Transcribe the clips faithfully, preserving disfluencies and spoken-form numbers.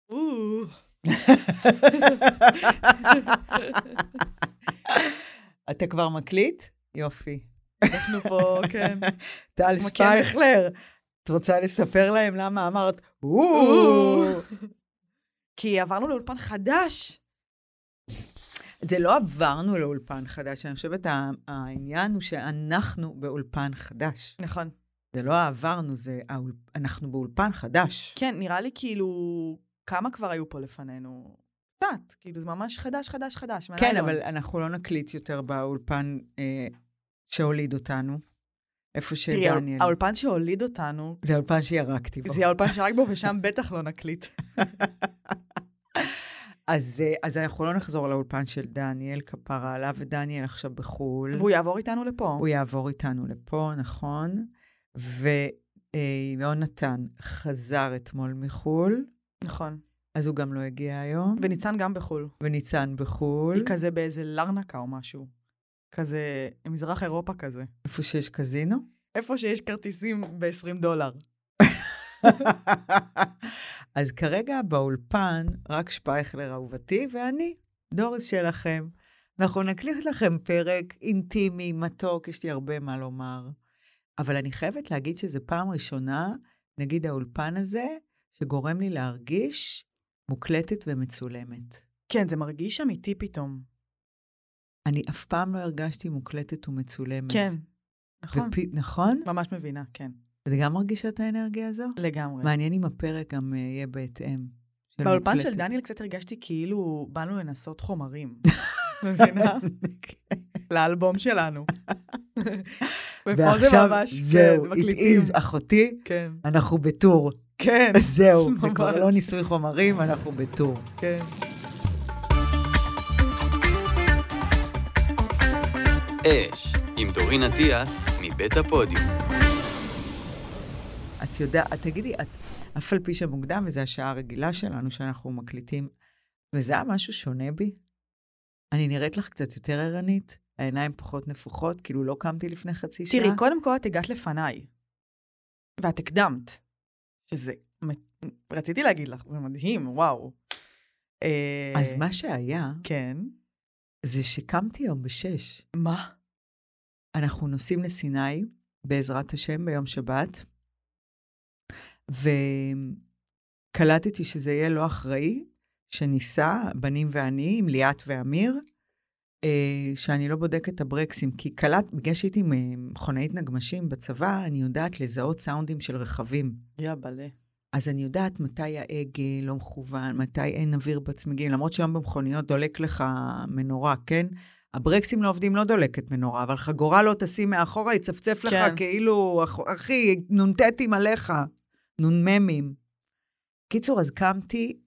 אתה כבר מקליט? יופי. אנחנו פה, כן. טל שפייכלר, את רוצה לספר להם למה אמרת, כי עברנו לאולפן חדש. זה לא עברנו לאולפן חדש, אני חושבת העניין הוא שאנחנו באולפן חדש. נכון. זה לא עברנו, זה אנחנו באולפן חדש. כן, נראה לי כאילו, כמה כבר היו פה לפנינו? קצת, כאילו זה ממש חדש, חדש, חדש. כן, אבל אנחנו לא נקליט יותר באולפן אה, שהוליד אותנו. איפה שדניאל. תראי, האולפן שהוליד אותנו... זה האולפן שירקתי בו. זה האולפן שרק בו, ושם בטח לא נקליט. אז, אז אנחנו לא נחזור לאולפן של דניאל, כפרה עליו, ודניאל עכשיו בחול. והוא יעבור איתנו לפה. הוא יעבור איתנו לפה, נכון. ויונתן חזר אתמול מחול. נכון. אז הוא גם לא הגיע היום. וניצן גם בחול. וניצן בחול. היא כזה באיזה לרנקה או משהו. כזה, מזרח אירופה כזה. איפה שיש קזינו? איפה שיש כרטיסים ב-עשרים דולר. אז כרגע באולפן, רק שפייכלר אהובתי ואני, דוריס שלכם. אנחנו נקליט לכם פרק אינטימי, מתוק, יש לי הרבה מה לומר. אבל אני חייבת להגיד שזו פעם ראשונה, נגיד האולפן הזה, שגורם לי להרגיש מוקלטת ומצולמת. כן, זה מרגיש אמיתי פתאום. אני אף פעם לא הרגשתי מוקלטת ומצולמת. כן, נכון. ופ... נכון? ממש מבינה, כן. זה גם מרגישה את האנרגיה הזו? לגמרי. מעניין אם הפרק גם יהיה בהתאם. באולפן מוקלטת. של דניאל קצת הרגשתי כאילו באנו לנסות חומרים. מבינה? לאלבום שלנו. ועכשיו זהו, it is אחותי, כן. אנחנו בטור. כן. זהו, זה כבר לא ניסוי חומרים, אנחנו בטור. כן. אש, עם דורין אטיאס, מבית הפודיום. את יודעת, תגידי, את, אף על פי שמוקדם, וזו השעה הרגילה שלנו שאנחנו מקליטים, וזה היה משהו שונה בי? אני נראית לך קצת יותר ערנית? העיניים פחות נפוחות, כאילו לא קמתי לפני חצי שעה? תראי, קודם כל את הגעת לפניי, ואת הקדמת, שזה, רציתי להגיד לך, זה מדהים, וואו. אז מה שהיה, כן, זה שקמתי היום בשש. מה? אנחנו נוסעים לסיני, בעזרת השם, ביום שבת, וקלטתי שזה יהיה לא אחראי, שניסה, בנים ואני, עם ליאת ואמיר, שאני לא בודקת את הברקסים, כי קלט, בגלל שהייתי מכונאית נגמשים בצבא, אני יודעת לזהות סאונדים של רכבים. יא בלה. אז אני יודעת מתי ההגה לא מכוון, מתי אין אוויר בצמיגים, למרות שהיום במכוניות דולק לך מנורה, כן? הברקסים לא עובדים, לא דולקת מנורה, אבל חגורה לא תשים מאחורה, יצפצף לך כן. כאילו, אחי, נונטטים עליך, נונממים. קיצור, אז קמתי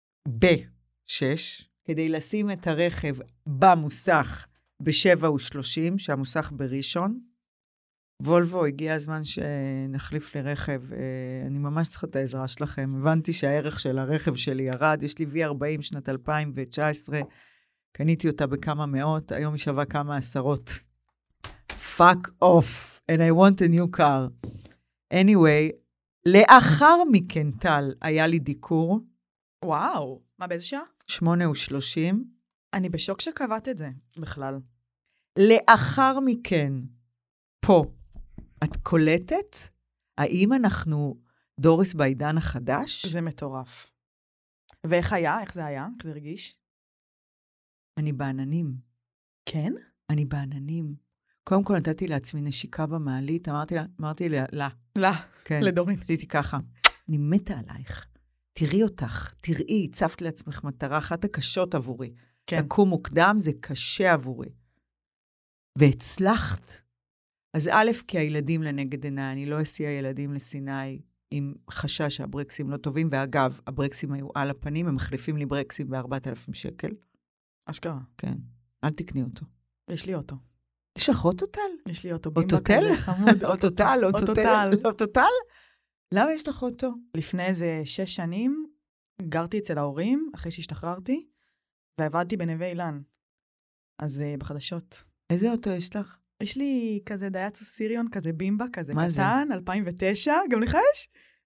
בשש, כדי לשים את הרכב במוסך בשבע ושלושים, שהמוסך בראשון. וולבו, הגיע הזמן שנחליף לרכב. אני ממש צריכה את העזרה שלכם. הבנתי שהערך של הרכב שלי ירד. יש לי וי ארבעים שנת אלפיים תשע עשרה. קניתי אותה בכמה מאות. היום היא שווה כמה עשרות. Fuck off. And I want a new car. Anyway, לאחר מכן, טל, היה לי דיקור. וואו. מה, באיזה שעה? שמונה ושלושים. אני בשוק שקבעת את זה, בכלל. לאחר מכן, פה, את קולטת? האם אנחנו דוריס בעידן החדש? זה מטורף. ואיך היה? איך זה היה? איך זה הרגיש? אני בעננים. כן? אני בעננים. קודם כל נתתי לעצמי נשיקה במעלית, אמרתי לה, אמרתי לה, לה. לה, כן, לדורין. עשיתי ככה. אני מתה עלייך. תראי אותך, תראי, הצפת לעצמך מטרה, אחת הקשות עבורי. כן. לקום מוקדם זה קשה עבורי. והצלחת. אז א', כי הילדים לנגד עיניי, אני לא אסיע ילדים לסיני עם חשש שהברקסים לא טובים, ואגב, הברקסים היו על הפנים, הם מחליפים לי ברקסים ב-ארבעת אלפים שקל. אשכרה. כן, אל תקני אותו. יש לי אוטו. יש לך אוטוטל? יש לי אוטו. אוטוטל? חמוד. אוטוטל, אוטוטל. אוטוטל? למה יש לך אוטו? לפני איזה שש שנים, גרתי אצל ההורים, אחרי שהשתחררתי, ועבדתי בנווה אילן. אז בחדשות. איזה אוטו יש לך? יש לי כזה דייצו סיריון, כזה בימבה, כזה קטן, אלפיים ותשע, גם לך יש?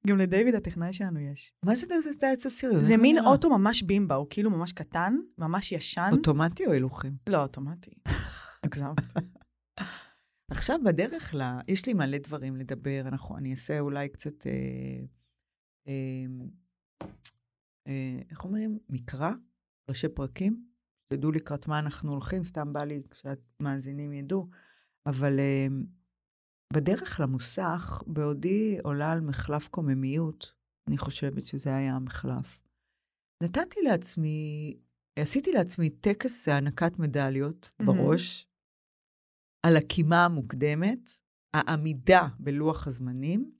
גם לדיוויד הטכנאי שלנו יש. מה זה דייטסו סיריוס? זה מין אוטו ממש בימבה, הוא כאילו ממש קטן, ממש ישן. אוטומטי או הילוכים? לא, אוטומטי. הגזמת. עכשיו בדרך לה, יש לי מלא דברים לדבר, אנחנו, אני אעשה אולי קצת, אה, אה, אה, איך אומרים? מקרא, ראשי פרקים, תדעו לקראת מה אנחנו הולכים, סתם בא לי כשהמאזינים ידעו, אבל אה, בדרך למוסך, בעודי עולה על מחלף קוממיות, אני חושבת שזה היה המחלף. נתתי לעצמי, עשיתי לעצמי טקס הענקת מדליות mm-hmm. בראש, על הקימה המוקדמת, העמידה בלוח הזמנים,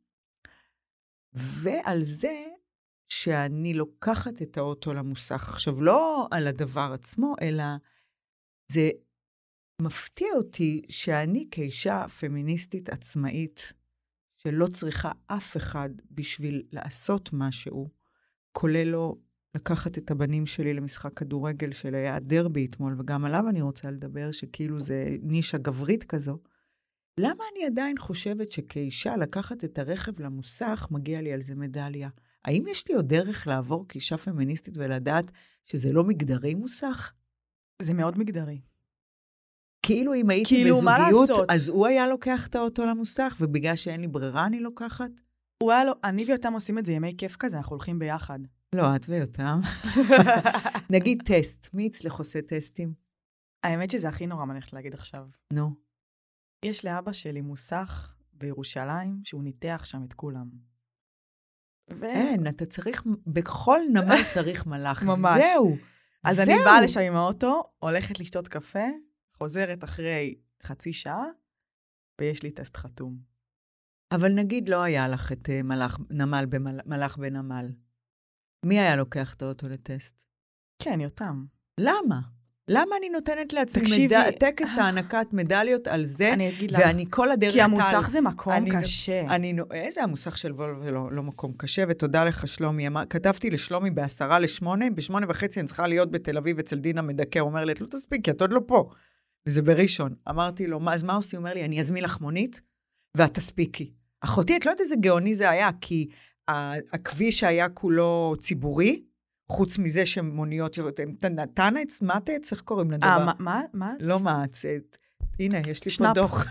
ועל זה שאני לוקחת את האוטו למוסך. עכשיו, לא על הדבר עצמו, אלא זה מפתיע אותי שאני כאישה פמיניסטית עצמאית, שלא צריכה אף אחד בשביל לעשות משהו, כולל לא לקחת את הבנים שלי למשחק כדורגל של היה דרבי אתמול, וגם עליו אני רוצה לדבר, שכאילו זה נישה גברית כזו. למה אני עדיין חושבת שכאישה לקחת את הרכב למוסך, מגיע לי על זה מדליה? האם יש לי עוד דרך לעבור כאישה פמיניסטית ולדעת שזה לא מגדרי מוסך? זה מאוד מגדרי. כאילו אם הייתי כאילו, בזוגיות, אז הוא היה לוקח את האוטו למוסך, ובגלל שאין לי ברירה אני לוקחת? הוא היה לו, אני ויותם עושים את זה ימי כיף כזה, אנחנו הולכים ביחד. לא, את ויותם. נגיד טסט, מי אצלך עושה טסטים? האמת שזה הכי נורא מה אני הולכת להגיד עכשיו. נו. יש לאבא שלי מוסך בירושלים, שהוא ניתח שם את כולם. ו... אין, אתה צריך, בכל נמל צריך מלאך. ממש. זהו. אז זהו. אני באה לשם עם האוטו, הולכת לשתות קפה, חוזרת אחרי חצי שעה, ויש לי טסט חתום. אבל נגיד לא היה לך את מלאך, נמל במל, מלאך בנמל. מי היה לוקח את האוטו לטסט? כן, יותם. למה? למה אני נותנת לעצמי מד... טקס הענקת מדליות על זה, אני אגיד לך, ואני כל הדרך... כי המוסך זה מקום אני, קשה. אני, איזה המוסך של וולבו לא, לא מקום קשה, ותודה לך שלומי. אמר, כתבתי לשלומי בעשרה לשמונה, בשמונה וחצי אני צריכה להיות בתל אביב אצל דינה מדקר, הוא אומר לי, את לא תספיקי, את עוד לא פה. וזה בראשון. אמרתי לו, אז מה עושים? הוא אומר לי, אני אזמין לך מונית, ואת תספיקי. אחותי, את לא יודעת איזה גאוני זה היה, כי הכביש היה כולו ציבורי, חוץ מזה שמוניות, נתנץ, מה תעץ, איך קוראים לדבר? אה, מה? מה? לא מעץ, הנה, יש לי פה דוח.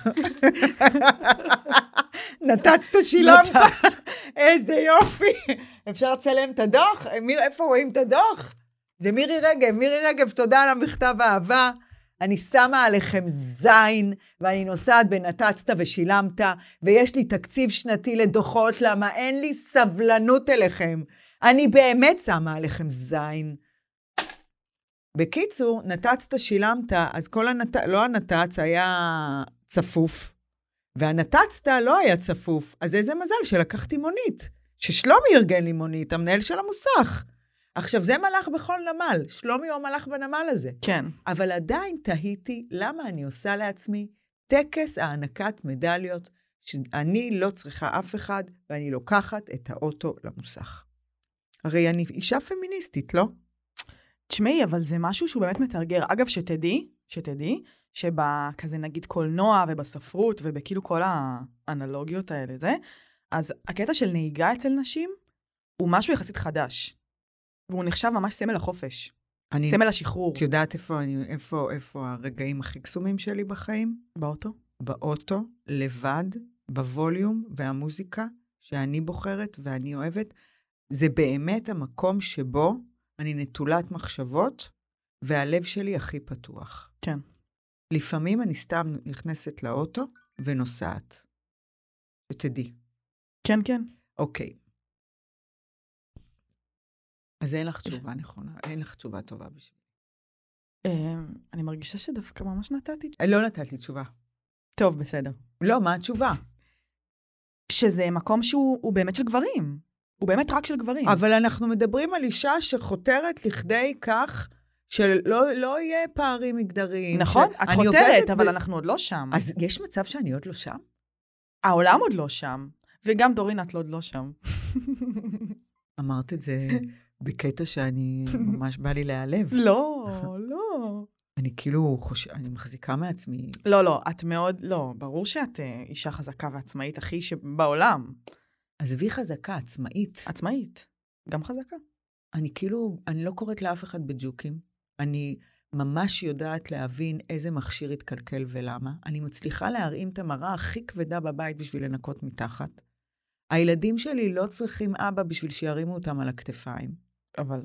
נתצת שילמת, איזה יופי. אפשר לצלם את הדוח? איפה רואים את הדוח? זה מירי רגב, מירי רגב, תודה על המכתב האהבה. אני שמה עליכם זין, ואני נוסעת בנתצת ושילמת, ויש לי תקציב שנתי לדוחות, למה אין לי סבלנות אליכם. אני באמת שמה עליכם זין. בקיצור, נתצת שילמת, אז כל הנת... לא הנתץ היה צפוף, והנתצת לא היה צפוף, אז איזה מזל שלקחתי מונית, ששלומי ארגן לי מונית, המנהל של המוסך. עכשיו, זה מלאך בכל נמל, שלומי הוא המלאך בנמל הזה. כן. אבל עדיין תהיתי למה אני עושה לעצמי טקס הענקת מדליות, שאני לא צריכה אף אחד, ואני לוקחת את האוטו למוסך. הרי אני אישה פמיניסטית, לא? תשמעי, אבל זה משהו שהוא באמת מתרגר. אגב, שתדעי, שתדעי, שבכזה נגיד קולנוע ובספרות, ובכאילו כל האנלוגיות האלה, זה, אז הקטע של נהיגה אצל נשים, הוא משהו יחסית חדש. והוא נחשב ממש סמל החופש. אני, סמל השחרור. את יודעת איפה, אני, איפה, איפה הרגעים הכי קסומים שלי בחיים? באוטו? באוטו, לבד, בווליום והמוזיקה שאני בוחרת ואני אוהבת. זה באמת המקום שבו אני נטולת מחשבות, והלב שלי הכי פתוח. כן. לפעמים אני סתם נכנסת לאוטו ונוסעת. ותדעי. כן, כן. אוקיי. אז אין לך תשובה נכונה, אין לך תשובה טובה בשביל. אני מרגישה שדווקא ממש נתתי. לא נתתי תשובה. טוב, בסדר. לא, מה התשובה? שזה מקום שהוא באמת של גברים. הוא באמת רק של גברים. אבל אנחנו מדברים על אישה שחותרת לכדי כך שלא לא יהיה פערים מגדריים. נכון, את חותרת, אבל אנחנו עוד לא שם. אז יש מצב שאני עוד לא שם? העולם עוד לא שם. וגם דורין, את עוד לא שם. אמרת את זה בקטע שאני ממש בא לי להיעלב. לא, לא. אני כאילו חושב, אני מחזיקה מעצמי. לא, לא, את מאוד, לא, ברור שאת אישה חזקה ועצמאית, הכי שבעולם. עזבי חזקה, עצמאית. עצמאית. גם חזקה. אני כאילו, אני לא קוראת לאף אחד בג'וקים. אני ממש יודעת להבין איזה מכשיר יתקלקל ולמה. אני מצליחה להרים את המראה הכי כבדה בבית בשביל לנקות מתחת. הילדים שלי לא צריכים אבא בשביל שירימו אותם על הכתפיים. אבל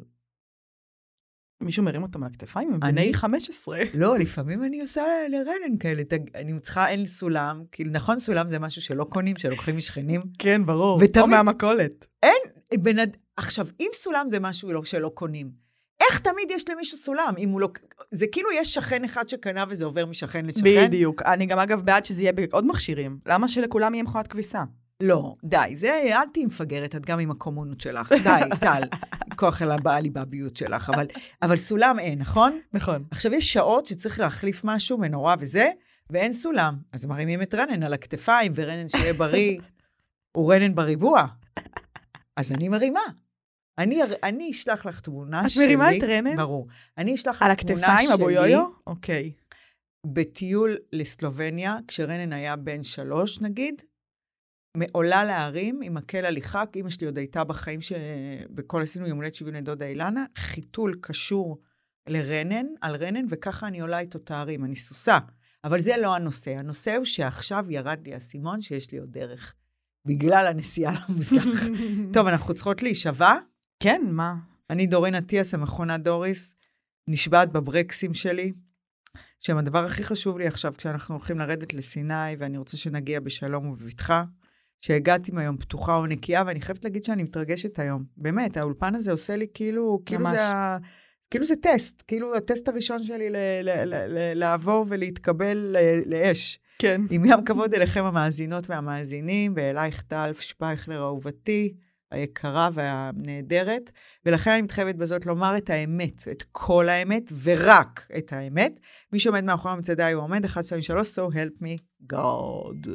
מישהו מרים אותם על הכתפיים? הם בני חמש עשרה. לא, לפעמים אני עושה לרנן כאלה. אני צריכה, אין סולם. כאילו, נכון, סולם זה משהו שלא קונים, שלוקחים משכנים. כן, ברור. ותמיד, או מהמכולת. אין, בנד... עכשיו, אם סולם זה משהו שלא קונים, איך תמיד יש למישהו סולם? אם הוא לא... זה כאילו יש שכן אחד שקנה וזה עובר משכן לשכן. בדיוק. אני גם אגב בעד שזה יהיה בעוד מכשירים. למה שלכולם יהיה מכונת כביסה? לא, די, זה, אל תהי מפגרת, את גם עם הקומונות שלך. די, טל, כוח אל הבעליבביות שלך. אבל, אבל סולם אין, נכון? נכון. עכשיו יש שעות שצריך להחליף משהו מנורא וזה, ואין סולם. אז מרימים את רנן על הכתפיים, ורנן שיהיה בריא, הוא רנן בריבוע. אז אני מרימה. אני, אני אשלח לך תמונה שלי. את מרימה את רנן? ברור. אני אשלח לך על תמונה שלי. על הכתפיים, הבויויו? אוקיי. בטיול לסלובניה, כשרנן היה בן שלוש, נגיד, מעולה להרים עם מקל הליכה, אמא שלי עוד הייתה בחיים שבכל עשינו יום הולדת שבעים לדודה אילנה, חיתול קשור לרנן, על רנן, וככה אני עולה איתו תארים, אני סוסה. אבל זה לא הנושא. הנושא הוא שעכשיו ירד לי הסימון שיש לי עוד דרך, בגלל הנסיעה למוסך. טוב, אנחנו צריכות להישבע? כן, מה? אני דורין אטיאס, המכונה דוריס, נשבעת בברקסים שלי, שהם הדבר הכי חשוב לי עכשיו, כשאנחנו הולכים לרדת לסיני, ואני רוצה שנגיע בשלום ובבטחה, שהגעתי מהיום פתוחה או נקייה, ואני חייבת להגיד שאני מתרגשת היום. באמת, האולפן הזה עושה לי כאילו, כאילו זה, כאילו זה טסט, כאילו הטסט הראשון שלי ל, ל, ל, ל, לעבור ולהתקבל לאש. כן. עם ים כבוד אליכם המאזינות והמאזינים, ואלייך טל שפייכלר אהובתי, היקרה והנהדרת, ולכן אני מתחייבת בזאת לומר את האמת, את כל האמת, ורק את האמת. מי שעומד מאחורי המצעדי הוא עומד, אחת, שתיים, שלוש, so help me God.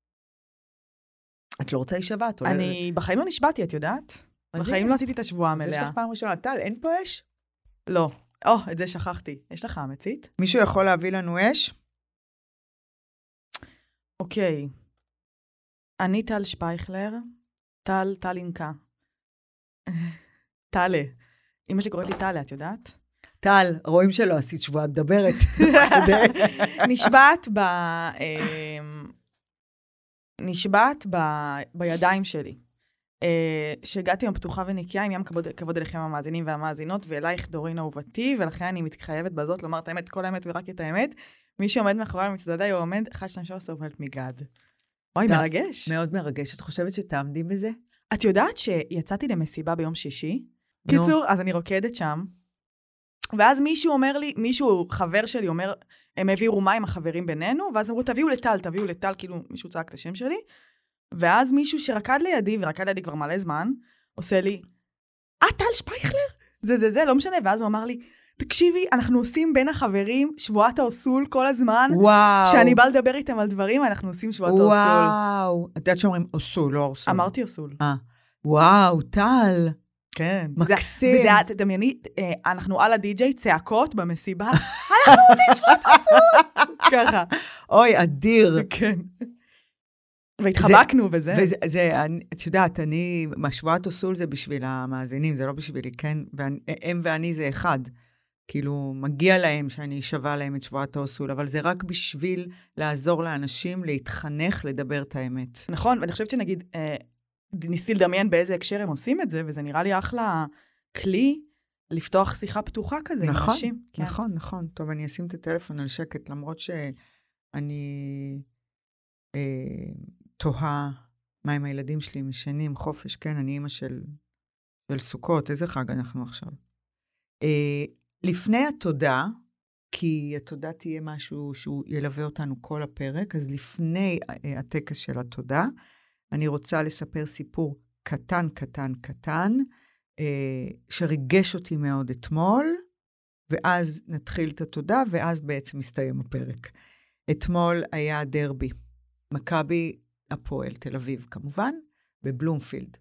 את לא רוצה להישבע? אני בחיים לא נשבעתי, את יודעת? בחיים לא עשיתי את השבועה המלאה. אז יש לך פעם ראשונה. טל, אין פה אש? לא. או, את זה שכחתי. יש לך מצית? מישהו יכול להביא לנו אש? אוקיי. אני טל שפייכלר, טל, טל אינקה. טלה. אמא שלי קוראת לי טלה, את יודעת? טל, רואים שלא עשית שבועה, מדברת. נשבעת ב... נשבעת ב... בידיים שלי. שהגעתי עם פתוחה ונקייה, עם ים כבוד, כבוד אליכם המאזינים והמאזינות, ואלייך דורין אהובתי, ולכן אני מתחייבת בזאת לומר את האמת, כל האמת ורק את האמת. מי שעומד מאחורי המצדדי הוא עומד, אחת, שתיים, שלוש, סובלת מגד. אוי, מרגש. מאוד מרגש. את חושבת שתעמדי בזה? את יודעת שיצאתי למסיבה ביום שישי? קיצור, אז אני רוקדת שם, ואז מישהו אומר לי, מישהו, חבר שלי אומר, הם העבירו מים החברים בינינו, ואז אמרו, תביאו לטל, תביאו לטל, כאילו מישהו צעק את השם שלי, ואז מישהו שרקד לידי, ורקד לידי כבר מלא זמן, עושה לי, אה, טל שפייכלר? זה, זה, זה, לא משנה, ואז הוא אמר לי, תקשיבי, אנחנו עושים בין החברים שבועת האוסול כל הזמן, וואו. שאני בא לדבר איתם על דברים, אנחנו עושים שבועת האוסול. וואו. את יודעת שאומרים אוסול, לא אוסול. אמרתי אוסול. אה. וואו, טל. כן. מקסים. וזה, וזה, תדמייני, אנחנו על הדי-ג'יי צעקות במסיבה, אנחנו עושים שבועת האוסול. ככה. אוי, אדיר. כן. והתחבקנו וזה. וזה, זה, את יודעת, אני, שבועת אוסול זה בשביל המאזינים, זה לא בשבילי, כן? והם ואני זה אחד. כאילו, מגיע להם שאני אשווה להם את שבועת האוסול, אבל זה רק בשביל לעזור לאנשים להתחנך, לדבר את האמת. נכון, ואני חושבת שנגיד, אה, ניסיתי לדמיין באיזה הקשר הם עושים את זה, וזה נראה לי אחלה כלי לפתוח שיחה פתוחה כזה נכון, עם אנשים. כן. נכון, נכון. טוב, אני אשים את הטלפון על שקט, למרות שאני אה, תוהה מה עם הילדים שלי, משנים, חופש, כן, אני אימא של, של סוכות, איזה חג אנחנו עכשיו. אה, לפני התודה, כי התודה תהיה משהו שהוא ילווה אותנו כל הפרק, אז לפני הטקס של התודה, אני רוצה לספר סיפור קטן, קטן, קטן, שריגש אותי מאוד אתמול, ואז נתחיל את התודה, ואז בעצם מסתיים הפרק. אתמול היה דרבי, מכבי הפועל, תל אביב כמובן, בבלומפילד.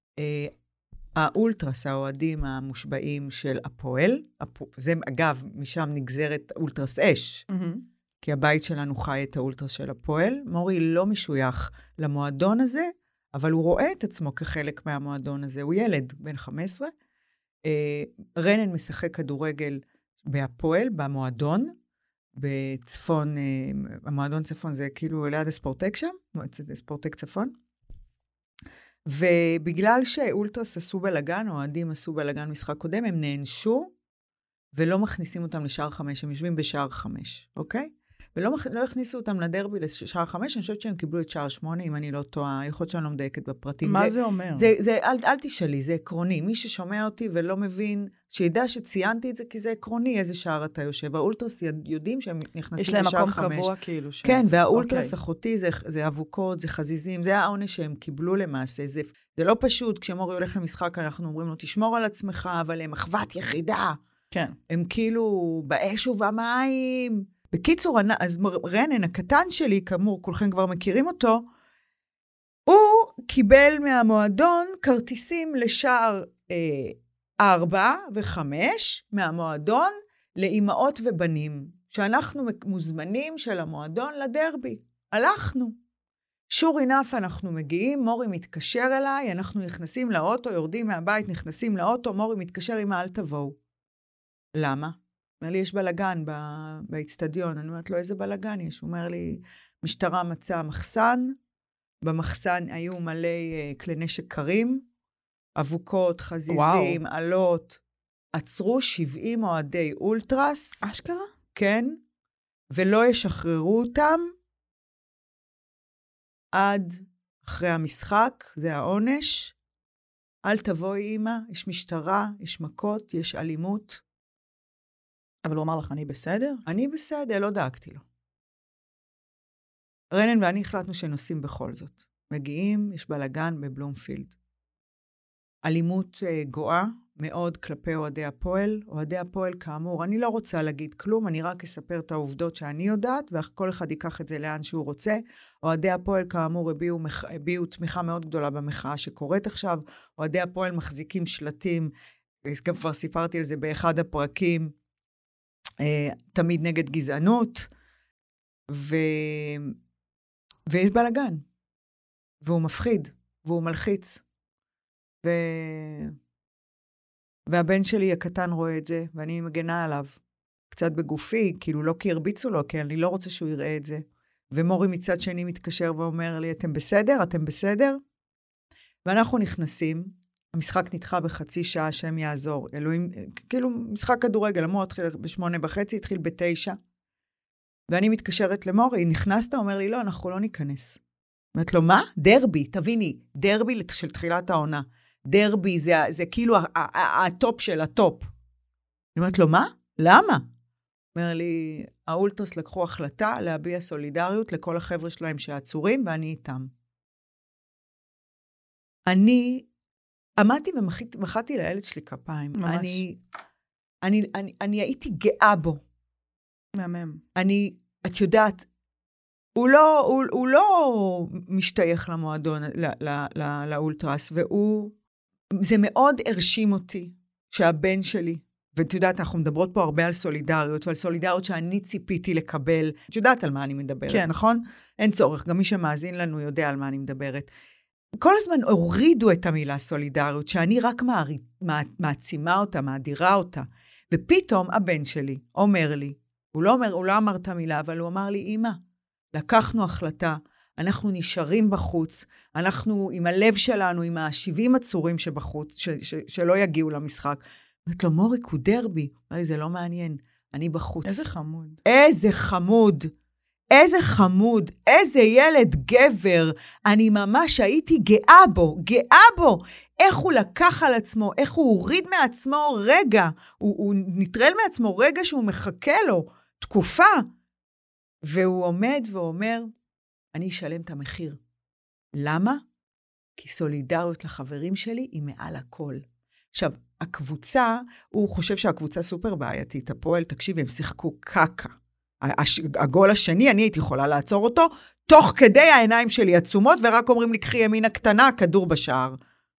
האולטרס, האוהדים המושבעים של הפועל, זה אגב, משם נגזרת אולטרס אש, mm-hmm. כי הבית שלנו חי את האולטרס של הפועל. מורי לא משוייך למועדון הזה, אבל הוא רואה את עצמו כחלק מהמועדון הזה. הוא ילד, בן חמש עשרה. אה, רנן משחק כדורגל בהפועל, במועדון, בצפון, אה, המועדון צפון זה כאילו ליד הספורטק שם, ספורטק צפון. ובגלל שאולטרס עשו בלגן, או עדים עשו בלגן משחק קודם, הם נענשו, ולא מכניסים אותם לשער חמש, הם יושבים בשער חמש, אוקיי? ולא מח... לא הכניסו אותם לדרבי לשער חמש, אני חושבת שהם קיבלו את שער שמונה, אם אני לא טועה, יכול להיות שאני לא מדייקת בפרטים. מה זה, זה אומר? זה, זה, אל, אל תשאלי, זה עקרוני. מי ששומע אותי ולא מבין, שידע שציינתי את זה, כי זה עקרוני, איזה שער אתה יושב. האולטרס יודעים שהם נכנסים לשער חמש. יש להם מקום קבוע כאילו. ש... כן, והאולטרס אחותי זה, זה אבוקות, זה חזיזים, זה העונש שהם קיבלו למעשה. זה, זה לא פשוט, כשמורי הולך למשחק, אנחנו אומרים לו, תשמור על עצמך, אבל הם אחוות יחידה. כן. הם כאילו באש ובמים. בקיצור, אז רנן, הקטן שלי, כאמור, כולכם כבר מכירים אותו, הוא קיבל מהמועדון כרטיסים לשער אה, ארבע וחמש מהמועדון לאימהות ובנים, שאנחנו מוזמנים של המועדון לדרבי. הלכנו. שור אינף אנחנו מגיעים, מורי מתקשר אליי, אנחנו נכנסים לאוטו, יורדים מהבית, נכנסים לאוטו, מורי מתקשר עם אל תבואו. למה? אומר לי, יש בלגן באצטדיון. אני אומרת לו, איזה בלגן יש? הוא אומר לי, משטרה מצאה מחסן, במחסן היו מלא uh, כלי נשק קרים, אבוקות, חזיזים, עלות, עצרו שבעים אוהדי אולטרס. אשכרה? כן, ולא ישחררו אותם עד אחרי המשחק, זה העונש. אל תבואי אמא, יש משטרה, יש מכות, יש אלימות. אבל הוא אמר לך, אני בסדר? אני בסדר, לא דאגתי לו. רנן ואני החלטנו שנוסעים בכל זאת. מגיעים, יש בלגן בבלומפילד. אלימות uh, גואה מאוד כלפי אוהדי הפועל. אוהדי הפועל כאמור, אני לא רוצה להגיד כלום, אני רק אספר את העובדות שאני יודעת, וכל אחד ייקח את זה לאן שהוא רוצה. אוהדי הפועל כאמור הביעו, מח... הביעו תמיכה מאוד גדולה במחאה שקורית עכשיו. אוהדי הפועל מחזיקים שלטים, גם כבר סיפרתי על זה באחד הפרקים, Uh, תמיד נגד גזענות, ו... ויש בלגן, והוא מפחיד, והוא מלחיץ, ו... והבן שלי הקטן רואה את זה, ואני מגנה עליו, קצת בגופי, כאילו לא כי הרביצו לו, כי אני לא רוצה שהוא יראה את זה, ומורי מצד שני מתקשר ואומר לי, אתם בסדר? אתם בסדר? ואנחנו נכנסים, המשחק נדחה בחצי שעה, שם יעזור. אלוהים, כאילו, משחק כדורגל, אמור התחיל בשמונה וחצי, התחיל בתשע. ואני מתקשרת למורי, נכנסת? אומר לי, לא, אנחנו לא ניכנס. אומרת לו, מה? דרבי, תביני, דרבי של תחילת העונה. דרבי זה, זה כאילו הטופ של הטופ. אני אומרת לו, מה? למה? אומר לי, האולטרס לקחו החלטה להביע סולידריות לכל החבר'ה שלהם שעצורים, ואני איתם. אני עמדתי ומחאתי לילד שלי כפיים. ממש. אני, אני, אני, אני הייתי גאה בו. מהמם. אני, את יודעת, הוא לא, הוא, הוא לא משתייך למועדון, לא, לא, לא, לאולטרס, והוא, זה מאוד הרשים אותי שהבן שלי, ואת יודעת, אנחנו מדברות פה הרבה על סולידריות, ועל סולידריות שאני ציפיתי לקבל, את יודעת על מה אני מדברת, כן. נכון? אין צורך, גם מי שמאזין לנו יודע על מה אני מדברת. כל הזמן הורידו את המילה סולידריות, שאני רק מעצימה אותה, מאדירה אותה. ופתאום הבן שלי אומר לי, הוא לא, אומר, הוא לא אמר את המילה, אבל הוא אמר לי, אמא, לקחנו החלטה, אנחנו נשארים בחוץ, אנחנו עם הלב שלנו, עם ה-שבעים עצורים שבחוץ, ש- ש- שלא יגיעו למשחק. אמרת לו, מוריק, הוא דרבי. אמר לי, זה לא מעניין, אני בחוץ. איזה חמוד. איזה חמוד. איזה חמוד, איזה ילד גבר, אני ממש הייתי גאה בו, גאה בו, איך הוא לקח על עצמו, איך הוא הוריד מעצמו רגע, הוא, הוא נטרל מעצמו רגע שהוא מחכה לו, תקופה, והוא עומד ואומר, אני אשלם את המחיר. למה? כי סולידריות לחברים שלי היא מעל הכל. עכשיו, הקבוצה, הוא חושב שהקבוצה סופר בעייתית, הפועל, תקשיב, הם שיחקו קקה. הגול השני, אני הייתי יכולה לעצור אותו, תוך כדי העיניים שלי עצומות, ורק אומרים לי, קחי ימינה קטנה, כדור בשער.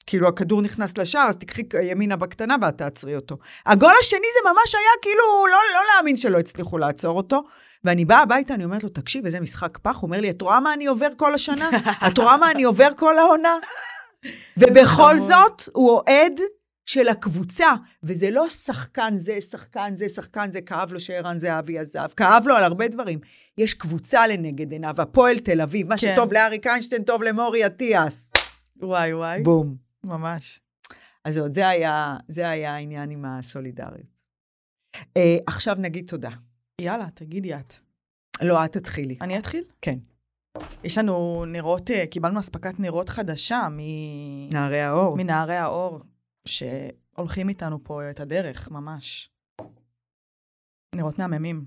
כאילו הכדור נכנס לשער, אז תקחי ימינה בקטנה ואת תעצרי אותו. הגול השני זה ממש היה כאילו, לא, לא להאמין שלא הצליחו לעצור אותו. ואני באה הביתה, אני אומרת לו, תקשיב, איזה משחק פח. הוא אומר לי, את רואה מה אני עובר כל השנה? את רואה מה אני עובר כל העונה? ובכל זאת, הוא אוהד של הקבוצה, וזה לא שחקן זה, שחקן זה, שחקן זה, כאב לו שערן זהבי עזב, כאב לו על הרבה דברים. יש קבוצה לנגד עיניו, הפועל תל אביב, מה שטוב לאריק איינשטיין, טוב למורי אטיאס. וואי וואי. בום. ממש. אז עוד, זה היה, זה היה העניין עם הסולידריות. אה, עכשיו נגיד תודה. יאללה, תגידי את. לא, את תתחילי. אני אתחיל? כן. יש לנו נרות, קיבלנו אספקת נרות חדשה מ... נערי האור. מנערי האור, שהולכים איתנו פה את הדרך, ממש. נרות מהממים.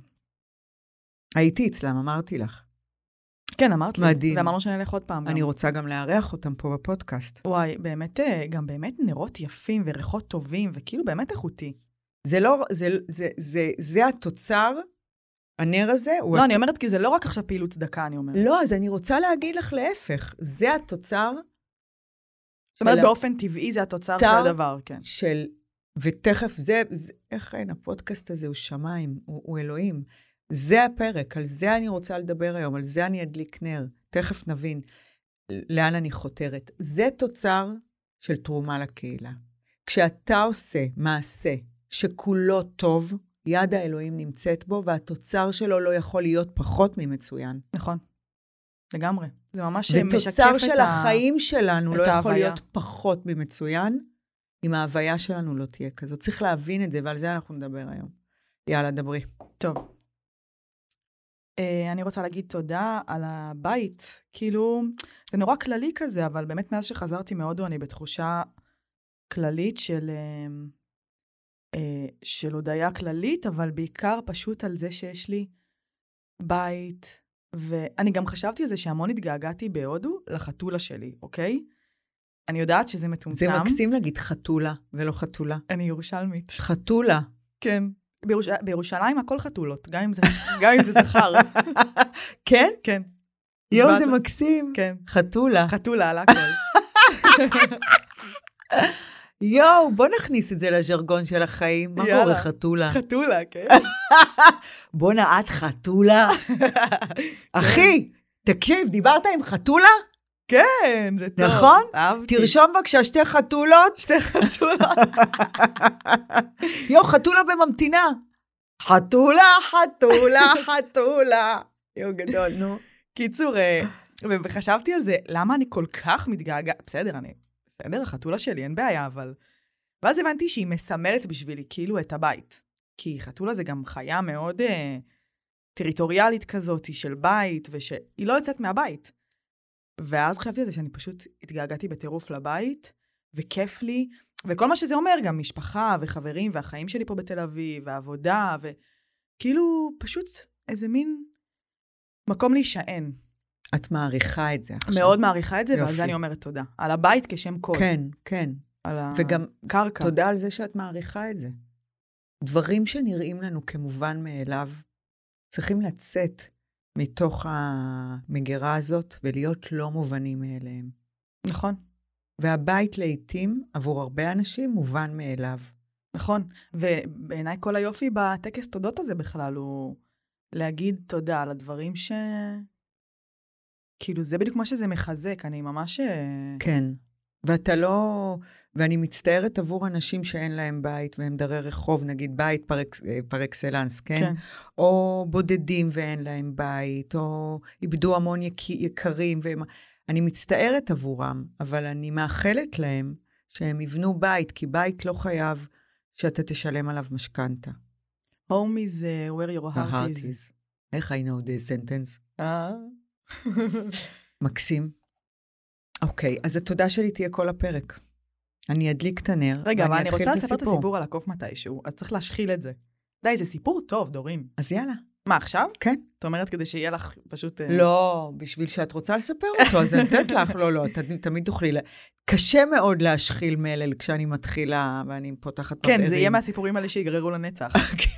הייתי אצלם, אמרתי לך. כן, אמרת לי. מדהים. ואמרנו שנלך עוד פעם. אני גם. רוצה גם לארח אותם פה בפודקאסט. וואי, באמת, גם באמת נרות יפים וריחות טובים, וכאילו באמת איכותי. זה לא, זה, זה, זה, זה התוצר, הנר הזה. לא, אני אומרת, כי זה לא רק עכשיו פעילות צדקה, אני אומרת. לא, אז אני רוצה להגיד לך להפך. זה התוצר. זאת אומרת, באופן טבעי זה התוצר של הדבר, כן. של, ותכף זה, זה איך אין, הפודקאסט הזה הוא שמיים, הוא, הוא אלוהים. זה הפרק, על זה אני רוצה לדבר היום, על זה אני אדליק נר. תכף נבין לאן אני חותרת. זה תוצר של תרומה לקהילה. כשאתה עושה מעשה שכולו טוב, יד האלוהים נמצאת בו, והתוצר שלו לא יכול להיות פחות ממצוין. נכון. לגמרי. זה ממש משקף את ה... ותוצר של החיים שלנו לא יכול ההוויה. להיות פחות ממצוין, אם ההוויה שלנו לא תהיה כזאת. צריך להבין את זה, ועל זה אנחנו נדבר היום. יאללה, דברי. טוב. Uh, אני רוצה להגיד תודה על הבית. כאילו, זה נורא כללי כזה, אבל באמת מאז שחזרתי מהודו, אני בתחושה כללית של... Uh, של הודעה כללית, אבל בעיקר פשוט על זה שיש לי בית, ואני גם חשבתי על זה שהמון התגעגעתי בהודו לחתולה שלי, אוקיי? אני יודעת שזה מטומטם. זה מקסים להגיד חתולה ולא חתולה. אני ירושלמית. חתולה. כן. בירוש... בירושלים הכל חתולות, גם אם זה, גם אם זה זכר. כן? כן. יואו, זה מקסים. כן. חתולה. חתולה על הכל. יואו, בוא נכניס את זה לז'רגון של החיים. מה קורה חתולה? חתולה, כן. בוא נעת חתולה. אחי, תקשיב, דיברת עם חתולה? כן, זה טוב. נכון? אהבתי. תרשום בבקשה שתי חתולות. שתי חתולות. יואו, חתולה בממתינה. חתולה, חתולה, חתולה. יואו, גדול, נו. קיצור, וחשבתי על זה, למה אני כל כך מתגעגעת? בסדר, אני... בסדר, החתולה שלי, אין בעיה, אבל... ואז הבנתי שהיא מסמלת בשבילי כאילו את הבית. כי חתולה זה גם חיה מאוד אה, טריטוריאלית כזאת, של בית, ושהיא לא יוצאת מהבית. ואז חשבתי על זה שאני פשוט התגעגעתי בטירוף לבית, וכיף לי, וכל מה שזה אומר, גם משפחה וחברים, והחיים שלי פה בתל אביב, והעבודה, וכאילו פשוט איזה מין מקום להישען. את מעריכה את זה עכשיו. מאוד מעריכה את זה, ועל זה אני אומרת תודה. על הבית כשם קוד. כן, כן. על וגם הקרקע. תודה על זה שאת מעריכה את זה. דברים שנראים לנו כמובן מאליו, צריכים לצאת מתוך המגירה הזאת, ולהיות לא מובנים מאליהם. נכון. והבית לעתים, עבור הרבה אנשים, מובן מאליו. נכון. ובעיניי כל היופי בטקס תודות הזה בכלל, הוא להגיד תודה על הדברים ש... כאילו, זה בדיוק מה שזה מחזק, אני ממש... כן, ואתה לא... ואני מצטערת עבור אנשים שאין להם בית, והם דרי רחוב, נגיד בית פרקס, פרקסלנס, כן? כן? או בודדים ואין להם בית, או איבדו המון יק... יקרים, והם... אני מצטערת עבורם, אבל אני מאחלת להם שהם יבנו בית, כי בית לא חייב שאתה תשלם עליו משכנתה. Home is uh, where your heart, heart is. is. איך I know this sentence? אה... מקסים. אוקיי, אז התודה שלי תהיה כל הפרק. אני אדליק את הנר, רגע, אבל אני רוצה לספר את הסיפור על הקוף מתישהו, אז צריך להשחיל את זה. די, זה סיפור טוב, דורין. אז יאללה. מה, עכשיו? כן. את אומרת כדי שיהיה לך פשוט... לא, בשביל שאת רוצה לספר אותו, אז אני נתת לך, לא, לא, תמיד תוכלי. קשה מאוד להשחיל מלל כשאני מתחילה, ואני פותחת... כן, זה יהיה מהסיפורים האלה שיגררו לנצח.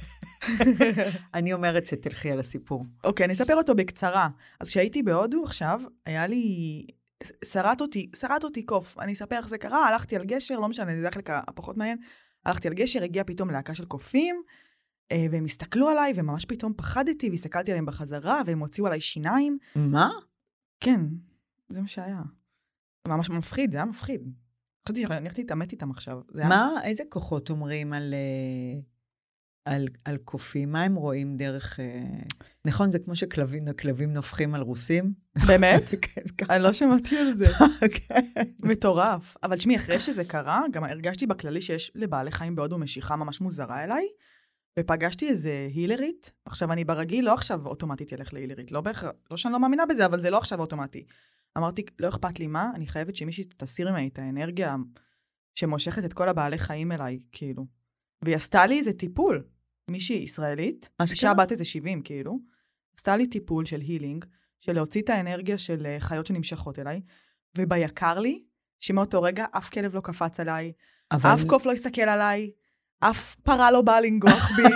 אני אומרת שתלכי על הסיפור. אוקיי, אני אספר אותו בקצרה. אז כשהייתי בהודו עכשיו, היה לי שרט אותי, שרט אותי קוף. אני אספר איך זה קרה, הלכתי על גשר, לא משנה, זה החלק הפחות מעניין. הלכתי על גשר, הגיע פתאום להקה של קופים, והם הסתכלו עליי, וממש פתאום פחדתי, והסתכלתי עליהם בחזרה, והם הוציאו עליי שיניים. מה? כן, זה מה שהיה. ממש מפחיד, זה היה מפחיד. חשבתי שאני הולכת להתאמת איתם עכשיו. מה, איזה כוחות אומרים על, על, על קופים? מה הם רואים דרך... נכון, זה כמו שכלבים, הכלבים נופחים על רוסים? באמת? אני לא שמעתי על זה. מטורף. אבל שמי, אחרי שזה קרה, גם הרגשתי בכללי שיש לבעלי חיים בהודו משיכה ממש מוזרה אליי, ופגשתי איזה הילרית. עכשיו, אני ברגיל, לא עכשיו אוטומטית ילך להילרית. לא בהכרח, לא שאני לא מאמינה בזה, אבל זה לא עכשיו אוטומטי. אמרתי, לא אכפת לי מה, אני חייבת שמישהי תסיר ממני את האנרגיה שמושכת את כל הבעלי חיים אליי, כאילו. והיא עשתה לי איזה טיפול. מישהי ישראלית, אישה בת איזה שבעים, כאילו. עשתה לי טיפול של הילינג, של להוציא את האנרגיה של חיות שנמשכות אליי, וביקר לי, שמאותו רגע אף כלב לא קפץ עליי, אבל... אף קוף לא הסתכל עליי, אף פרה לא באה לנגוח בי.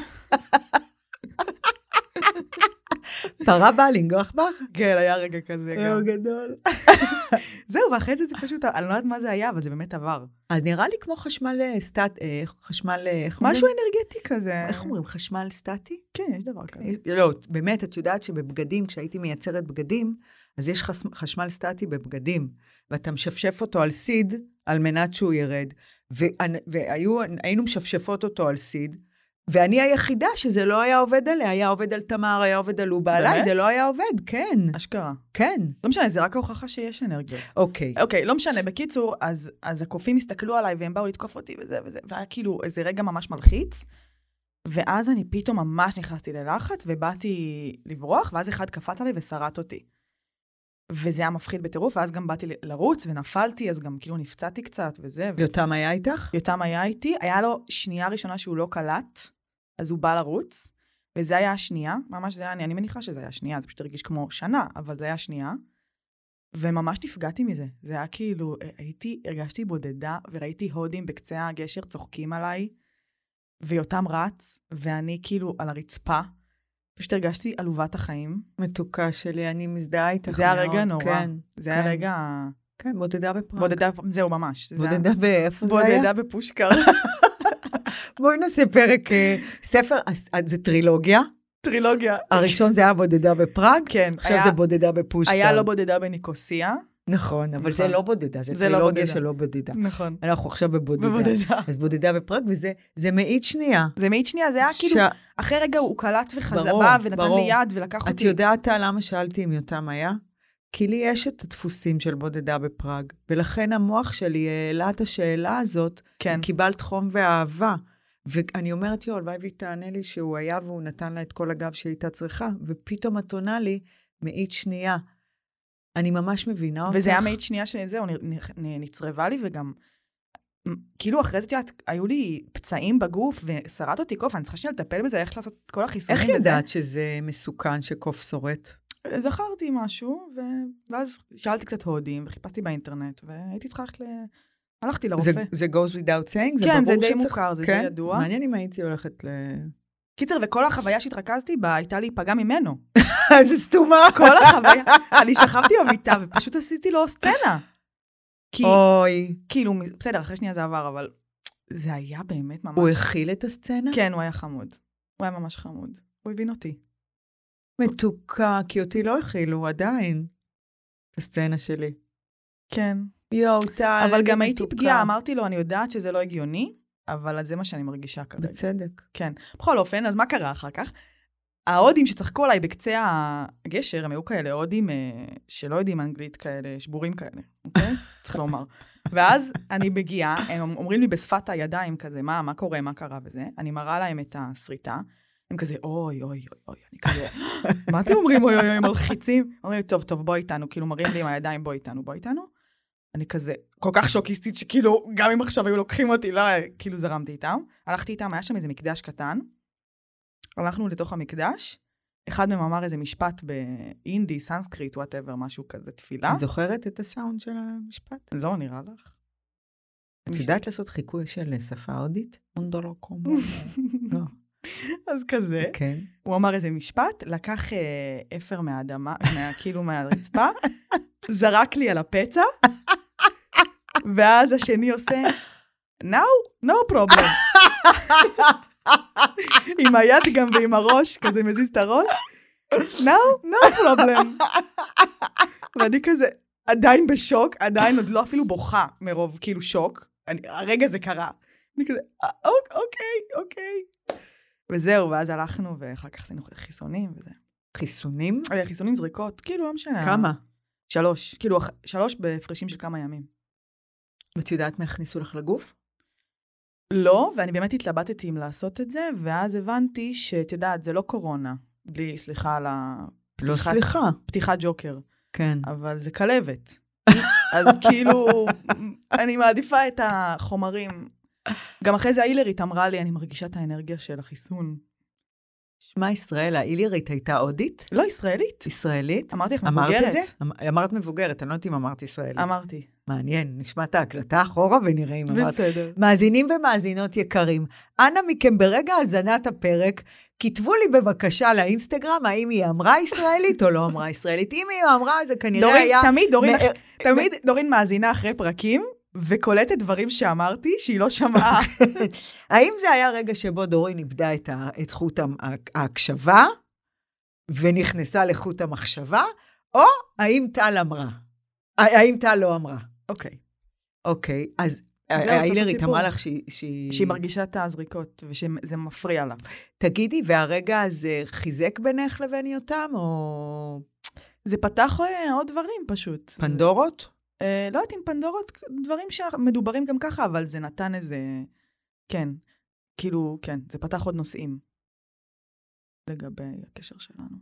פרה באה לנגוח בך? כן, היה רגע כזה גם. הוא גדול. זהו, ואחרי זה זה פשוט, אני לא יודעת מה זה היה, אבל זה באמת עבר. אז נראה לי כמו חשמל סטט, חשמל... משהו אנרגטי כזה. איך אומרים? חשמל סטטי? כן, יש דבר כזה. לא, באמת, את יודעת שבבגדים, כשהייתי מייצרת בגדים, אז יש חשמל סטטי בבגדים, ואתה משפשף אותו על סיד, על מנת שהוא ירד, והיינו משפשפות אותו על סיד, ואני היחידה שזה לא היה עובד עליה, היה עובד על תמר, היה עובד על לובה עליי, זה לא היה עובד, כן. אשכרה. כן. לא משנה, זה רק ההוכחה שיש אנרגיות. אוקיי. אוקיי, לא משנה, בקיצור, אז, אז הקופים הסתכלו עליי, והם באו לתקוף אותי וזה וזה, והיה כאילו איזה רגע ממש מלחיץ, ואז אני פתאום ממש נכנסתי ללחץ, ובאתי לברוח, ואז אחד קפץ עליי ושרט אותי. וזה היה מפחיד בטירוף, ואז גם באתי לרוץ, ונפלתי, אז גם כאילו נפצעתי קצת וזה. יותם היה איתך? יותם היה איתי, היה לו שנייה ראשונה שהוא לא קלט, אז הוא בא לרוץ, וזה היה השנייה, ממש זה היה, אני, אני מניחה שזה היה השנייה, זה פשוט הרגיש כמו שנה, אבל זה היה השנייה, וממש נפגעתי מזה. זה היה כאילו, הייתי, הרגשתי בודדה, וראיתי הודים בקצה הגשר צוחקים עליי, ויותם רץ, ואני כאילו על הרצפה, פשוט הרגשתי עלובת החיים. מתוקה שלי, אני מזדהה איתך. זה היה רגע נורא. כן, זה כן. היה רגע... כן, בודדה בפראג. בודדה, זהו ממש. בודדה באיפה זה היה? בודדה בפושקר. בואי נעשה פרק, ספר, זה טרילוגיה. טרילוגיה. הראשון זה היה בודדה בפראג, כן. עכשיו זה בודדה בפושקר. היה לא בודדה בניקוסיה. נכון, אבל זה לא בודדה, זה טרילוגיה שלא בודדה. נכון. אנחנו עכשיו בבודדה. אז בודדה בפראג, וזה מאית שנייה. זה מאית שנייה, זה היה כאילו, אחרי רגע הוא קלט וחזבה, ונתן לי יד ולקח אותי. את יודעת למה שאלתי אם יותם היה? כי לי יש את הדפוסים של בודדה בפראג, ולכן המוח שלי העלה את השאלה הזאת, קיבלת חום ואהבה. ואני אומרת, יו, הלוואי והיא תענה לי שהוא היה, והוא נתן לה את כל הגב שהייתה צריכה, ופתאום את עונה לי, מאית שנייה. אני ממש מבינה אותך. וזה היה מאית שנייה שזהו, נצרבה לי, וגם, כאילו אחרי זה, היו לי פצעים בגוף, ושרט אותי קוף, אני צריכה שנייה לטפל בזה, איך לעשות את כל החיסונים וזה. איך ידעת שזה מסוכן שקוף שורט? זכרתי משהו, ואז שאלתי קצת הודים, וחיפשתי באינטרנט, והייתי צריכה ללכת ל... הלכתי לרופא. זה, זה goes without saying? כן, זה די מוכר, זה די ידוע. מעניין אם הייתי הולכת ל... קיצר, וכל החוויה שהתרכזתי בה, הייתה להיפגע ממנו. זה סתומה. כל החוויה, אני שכבתי במיטה, ופשוט עשיתי לו סצנה. אוי. כאילו, בסדר, אחרי שנייה זה עבר, אבל זה היה באמת ממש... הוא הכיל את הסצנה? כן, הוא היה חמוד. הוא היה ממש חמוד. הוא הבין אותי. מתוקה, כי אותי לא הכילו, עדיין. הסצנה שלי. כן. יואו, טל, אבל גם הייתי פגיעה, אמרתי לו, אני יודעת שזה לא הגיוני, אבל זה מה שאני מרגישה כרגע. בצדק. כן. בכל אופן, אז מה קרה אחר כך? ההודים שצחקו עליי בקצה הגשר, הם היו כאלה הודים שלא יודעים אנגלית כאלה, שבורים כאלה, אוקיי? צריך לומר. ואז אני מגיעה, הם אומרים לי בשפת הידיים כזה, מה, מה קורה, מה קרה וזה, אני מראה להם את הסריטה, הם כזה, אוי, אוי, אוי, אוי, אני כזה, מה אתם אומרים, אוי, אוי, אוי, מלחיצים? אומרים, טוב, טוב, בוא איתנו, כאילו מראים לי עם הידיים, בוא איתנו, בוא איתנו. אני כזה, כל כך שוקיסטית, שכאילו, גם אם עכשיו היו לוקחים אותי, לא, כאילו זרמתי איתם. הלכתי איתם, היה שם איזה מקדש קטן. הלכנו לתוך המקדש. אחד מהם אמר איזה משפט באינדי, סנסקריט, whatever, משהו כזה, תפילה. את זוכרת את הסאונד של המשפט? לא, נראה לך. את יודעת לעשות חיקוי של שפה הודית? מונדולו קומו. לא. אז כזה, כן. הוא אמר איזה משפט, לקח אה, אפר מהאדמה, מה, כאילו מהרצפה, זרק לי על הפצע, ואז השני עושה, now, no problem. עם היד גם ועם הראש, כזה מזיז את הראש, now, no problem. ואני כזה, עדיין בשוק, עדיין עוד לא אפילו בוכה מרוב כאילו שוק, אני, הרגע זה קרה. אני כזה, אוקיי, אוקיי. וזהו, ואז הלכנו, ואחר כך עשינו חיסונים וזה. חיסונים? חיסונים זריקות, כאילו, לא משנה. כמה? שלוש, כאילו, שלוש בהפרשים של כמה ימים. ואת יודעת מה הכניסו לך לגוף? לא, ואני באמת התלבטתי אם לעשות את זה, ואז הבנתי שאת יודעת, זה לא קורונה, בלי, סליחה על ה... לא סליחה. פתיחת ג'וקר. כן. אבל זה כלבת. אז כאילו, אני מעדיפה את החומרים. גם אחרי זה האילרית אמרה לי, אני מרגישה את האנרגיה של החיסון. שמה ישראל, האילרית הייתה הודית? לא, ישראלית. ישראלית? אמרתי לך מבוגרת. אמרת את זה? אמרת מבוגרת, אני לא יודעת אם אמרת ישראלית. אמרתי. מעניין, נשמע את ההקלטה אחורה ונראה אם אמרת. בסדר. מאזינים ומאזינות יקרים, אנא מכם ברגע הזנת הפרק, כתבו לי בבקשה לאינסטגרם, האם היא אמרה ישראלית או לא אמרה ישראלית. אם היא אמרה, זה כנראה דורין, היה... תמיד, דורין, תמיד דורין מאזינה אחרי פרקים, וקולטת דברים שאמרתי שהיא לא שמעה. האם זה היה רגע שבו דורין איבדה את, ה, את חוט ההקשבה, ונכנסה לחוט המחשבה, או האם טל אמרה? האם טל לא אמרה? אוקיי. אוקיי, אז האילרית אמרה לך שהיא... שהיא מרגישה את הזריקות, ושזה מפריע לה. תגידי, והרגע הזה חיזק בינך לבין יותם, או... זה פתח עוד דברים פשוט. פנדורות? אה, לא יודעת אם פנדורות, דברים שמדוברים גם ככה, אבל זה נתן איזה, כן, כאילו, כן, זה פתח עוד נושאים לגבי הקשר שלנו.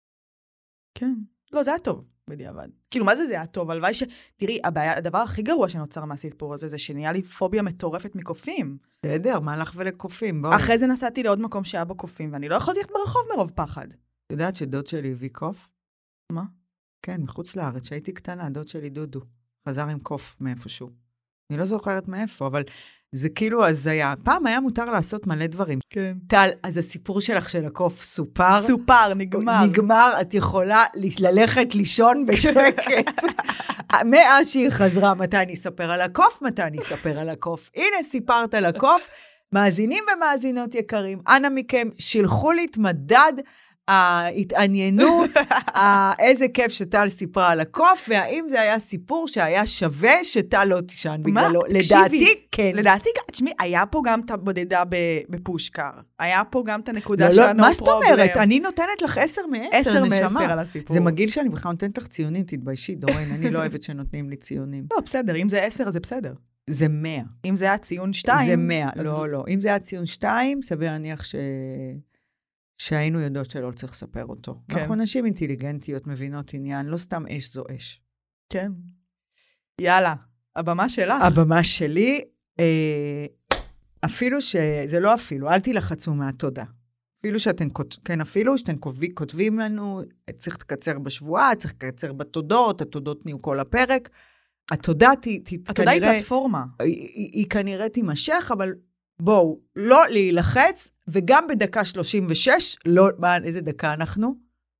כן, לא, זה היה טוב בדיעבד. כאילו, מה זה זה היה טוב? הלוואי ש... תראי, הבעיה, הדבר הכי גרוע שנוצר מהסיפור הזה, זה שנהיה לי פוביה מטורפת מקופים. בסדר, מה לך ולקופים? בואי. אחרי זה נסעתי לעוד מקום שהיה בו קופים, ואני לא יכולתי ללכת ברחוב מרוב פחד. את יודעת שדוד שלי הביא קוף? מה? כן, מחוץ לארץ, שהייתי קטנה, דוד שלי דודו. חזר עם קוף מאיפשהו. אני לא זוכרת מאיפה, אבל זה כאילו הזיה. פעם היה מותר לעשות מלא דברים. כן. טל, אז הסיפור שלך של הקוף סופר. סופר, נגמר. נגמר, את יכולה ללכת לישון בשקט. מאז שהיא חזרה, מתי אני אספר על הקוף, מתי אני אספר על הקוף. הנה, סיפרת על הקוף. מאזינים ומאזינות יקרים, אנא מכם, שילחו לי את מדד ההתעניינות, איזה כיף שטל סיפרה על הקוף, והאם זה היה סיפור שהיה שווה שטל לא תישן בגללו. לדעתי, כן. לדעתי, תשמעי, היה פה גם את הבודדה בפושקר. היה פה גם את הנקודה של ה-no problem. מה זאת אומרת? אני נותנת לך עשר מעשר, עשר נשמה. מעשר על הסיפור. זה מגיל שאני בכלל נותנת לך ציונים, תתביישי, דורין, אני לא אוהבת שנותנים לי ציונים. לא, בסדר, אם זה עשר, אז זה בסדר. זה מאה. אם זה היה ציון שתיים. זה מאה, לא, לא. אם זה היה ציון שתיים, סביר להניח ש... שהיינו יודעות שלא צריך לספר אותו. כן. אנחנו נשים אינטליגנטיות, מבינות עניין, לא סתם אש זו אש. כן. יאללה, הבמה שלך. הבמה שלי, אה, אפילו ש... זה לא אפילו, אל תלחצו מהתודה. אפילו שאתם, כן, אפילו שאתם כותבים לנו, צריך לקצר בשבועה, צריך לקצר בתודות, התודות נהיו כל הפרק. התודה ת, ת, התודה כנראה... היא פלטפורמה. היא, היא, היא כנראה תימשך, אבל... בואו, לא להילחץ, וגם בדקה שלושים ושש, לא, מה, איזה דקה אנחנו?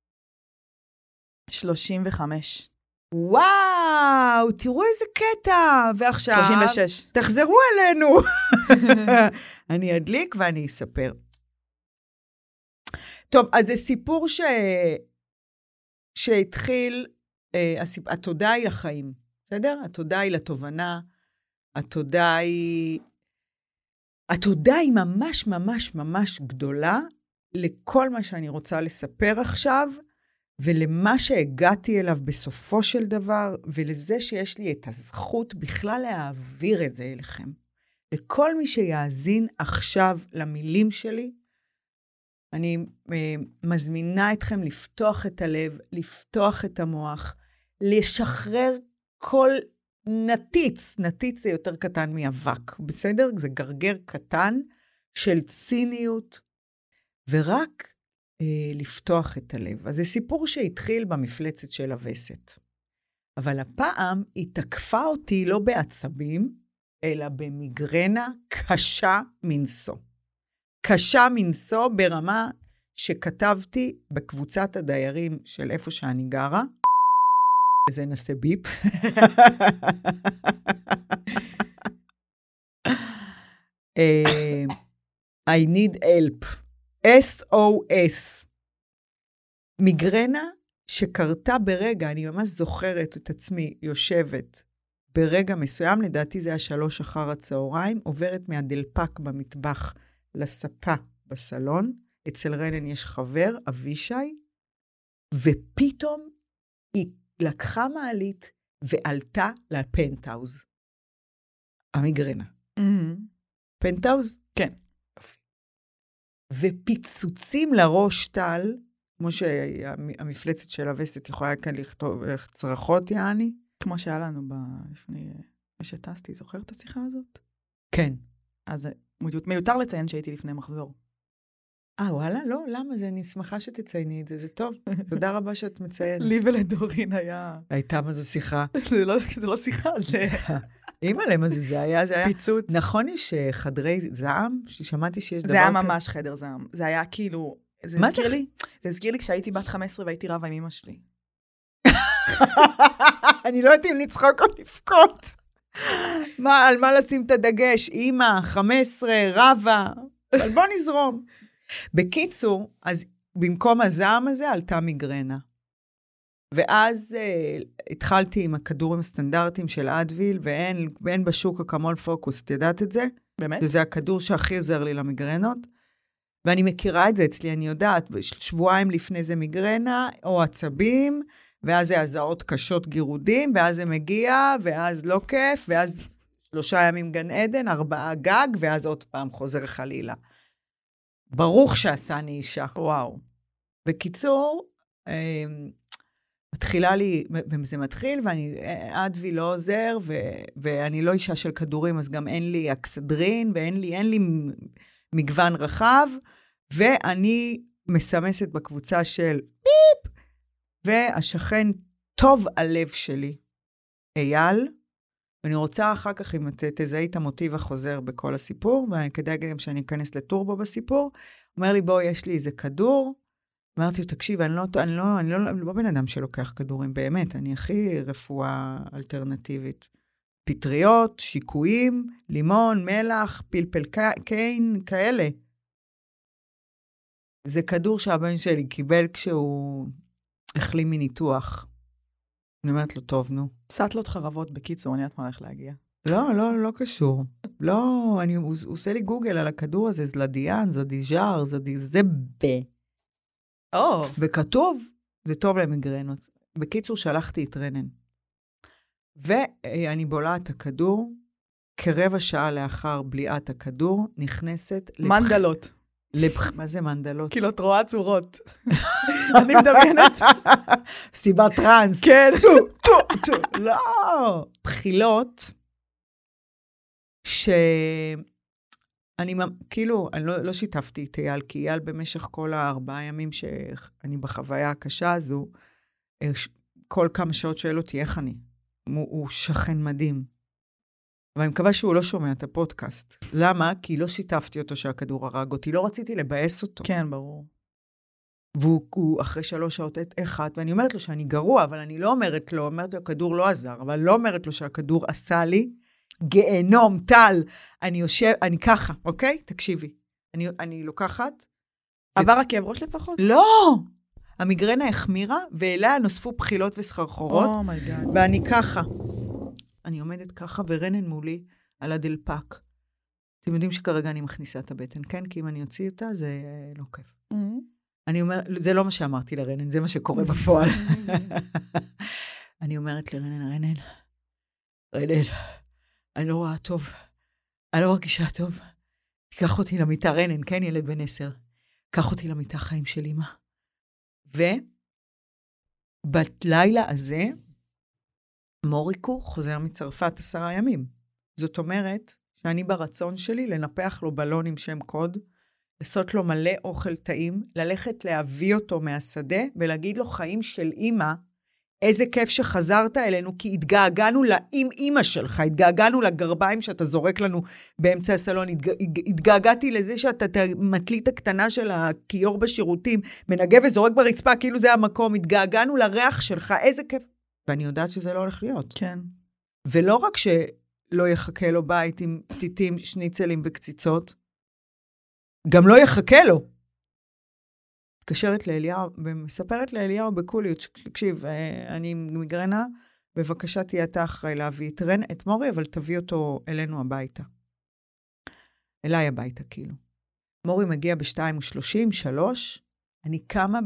שלושים וחמש. וואו, תראו איזה קטע, ועכשיו... שלושים ושש. תחזרו אלינו. אני אדליק ואני אספר. טוב, אז זה סיפור ש... שהתחיל, אה, הסיפ... התודה היא לחיים, בסדר? התודה היא לתובנה, התודה היא... התודה היא ממש ממש ממש גדולה לכל מה שאני רוצה לספר עכשיו, ולמה שהגעתי אליו בסופו של דבר, ולזה שיש לי את הזכות בכלל להעביר את זה אליכם. לכל מי שיאזין עכשיו למילים שלי, אני אה, מזמינה אתכם לפתוח את הלב, לפתוח את המוח, לשחרר כל נתיץ, נתיץ זה יותר קטן מאבק, בסדר? זה גרגר קטן של ציניות, ורק אה, לפתוח את הלב. אז זה סיפור שהתחיל במפלצת של הווסת. אבל הפעם היא תקפה אותי לא בעצבים, אלא במיגרנה קשה מנסו. קשה מנסו ברמה שכתבתי בקבוצת הדיירים של איפה שאני גרה, זה נעשה ביפ. I need help. אס או אס. מיגרנה שקרתה ברגע, אני ממש זוכרת את עצמי, יושבת ברגע מסוים, לדעתי זה היה שלוש אחר הצהריים, עוברת מהדלפק במטבח לספה בסלון, אצל רנן יש חבר, אבישי, ופתאום היא לקחה מעלית ועלתה לפנטאוז. המיגרנה. Mm-hmm. פנטאוז? כן. ופיצוצים לראש טל, כמו שהמפלצת של הווסת יכולה כאן לכתוב צרחות, יעני. כמו שהיה לנו לפני, שטסתי, זוכר את השיחה הזאת? כן. אז מיותר לציין שהייתי לפני מחזור. אה, וואלה? לא, למה זה? אני שמחה שתצייני את זה, זה טוב. תודה רבה שאת מציינת. לי ולדורין היה... הייתה מה זה שיחה? זה לא, זה לא שיחה, זה... אימא, למה זה, זה היה, זה היה... פיצוץ. נכון, יש חדרי זעם? ששמעתי שיש דבר זה היה כזה. ממש חדר זעם. זה היה כאילו... זה מה הזכיר זה? לי? זה הזכיר לי כשהייתי בת חמש עשרה והייתי רבה עם אמא שלי. אני לא יודעת אם לצחוק או לבכות. מה, על מה לשים את הדגש? אמא, חמש עשרה, רבה. אבל בוא נזרום. בקיצור, אז במקום הזעם הזה עלתה מיגרנה. ואז uh, התחלתי עם הכדורים הסטנדרטיים של אדוויל, ואין, ואין בשוק אקמול פוקוס, את יודעת את זה? באמת? וזה הכדור שהכי עוזר לי למיגרנות. ואני מכירה את זה אצלי, אני יודעת, שבועיים לפני זה מיגרנה, או עצבים, ואז זה הזעות קשות גירודים, ואז זה מגיע, ואז לא כיף, ואז שלושה ימים גן עדן, ארבעה גג, ואז עוד פעם חוזר חלילה. ברוך שעשני אישה. וואו. בקיצור, מתחילה לי, וזה מתחיל, ואני, אדווי לא עוזר, ו- ואני לא אישה של כדורים, אז גם אין לי אקסדרין, ואין לי, אין לי מגוון רחב, ואני מסמסת בקבוצה של ביפ, והשכן טוב הלב שלי, אייל, ואני רוצה אחר כך, אם את תזהי את המוטיב החוזר בכל הסיפור, וכדאי גם שאני אכנס לטורבו בסיפור, אומר לי, בוא, יש לי איזה כדור, אמרתי לו, תקשיב, אני לא, אני לא, אני לא, לא בן אדם שלוקח כדורים, באמת, אני הכי רפואה אלטרנטיבית. פטריות, שיקויים, לימון, מלח, פלפל קיין, כאלה. זה כדור שהבן שלי קיבל כשהוא החלים מניתוח. אני אומרת לו, טוב, נו. סטלות חרבות בקיצור, אני יודעת מה הולך להגיע. לא, לא, לא קשור. לא, אני, הוא, הוא עושה לי גוגל על הכדור הזה, זלדיאן, זדיז'אר, זדיזבה. או. וכתוב, זה טוב למיגרנות. בקיצור, שלחתי את רנן. ואני בולעה את הכדור, כרבע שעה לאחר בליעת הכדור, נכנסת... מנדלות. לפח... מה זה מנדלות? כאילו, את רואה צורות. אני מדמיינת. סיבת טרנס. כן. טו, טו, טו. לא. בחילות, ש... אני כאילו, אני לא, לא שיתפתי את אייל, כי אייל במשך כל הארבעה ימים שאני בחוויה הקשה הזו, כל כמה שעות שואל אותי איך אני. הוא, הוא שכן מדהים. אבל אני מקווה שהוא לא שומע את הפודקאסט. למה? כי לא שיתפתי אותו שהכדור הרג אותי, לא רציתי לבאס אותו. כן, ברור. והוא אחרי שלוש שעות אחד, ואני אומרת לו שאני גרוע, אבל אני לא אומרת לו, אומרת לו, הכדור לא עזר, אבל לא אומרת לו שהכדור עשה לי, גאנום, טל, אני יושב, אני ככה, אוקיי? תקשיבי. אני, אני לוקחת. עבר הכאב ראש לפחות? לא! המיגרנה החמירה, ואליה נוספו בחילות וסחרחורות. Oh my God. ואני ככה. אני עומדת ככה, ורנן מולי על הדלפק. אתם יודעים שכרגע אני מכניסה את הבטן, כן? כי אם אני אוציא אותה, זה לא כיף. Mm-hmm. אני אומרת, זה לא מה שאמרתי לרנן, זה מה שקורה בפועל. אני אומרת לרנן, רנן, רנן, אני לא רואה טוב, אני לא מרגישה טוב. תיקח אותי למיטה, רנן, כן, ילד בן עשר. קח אותי למיטה חיים של אמא. ובלילה הזה, מוריקו חוזר מצרפת עשרה ימים. זאת אומרת, שאני ברצון שלי לנפח לו בלון עם שם קוד, לעשות לו מלא אוכל טעים, ללכת להביא אותו מהשדה, ולהגיד לו חיים של אמא, איזה כיף שחזרת אלינו, כי התגעגענו לאם אמא שלך, התגעגענו לגרביים שאתה זורק לנו באמצע הסלון, התג... התגעגעתי לזה שאתה מתלית הקטנה של הכיור בשירותים, מנגב וזורק ברצפה, כאילו זה המקום, התגעגענו לריח שלך, איזה כיף. ואני יודעת שזה לא הולך להיות. כן. ולא רק שלא יחכה לו בית עם פתיתים, שניצלים וקציצות, גם לא יחכה לו. מתקשרת לאליהו, ומספרת לאליהו בקוליות, תקשיב, אני מגרנה, בבקשה תהיה אתה אחראי להביא את רן, את מורי, אבל תביא אותו אלינו הביתה. אליי הביתה, כאילו. מורי מגיע בשתיים ושלושים, שלוש, אני קמה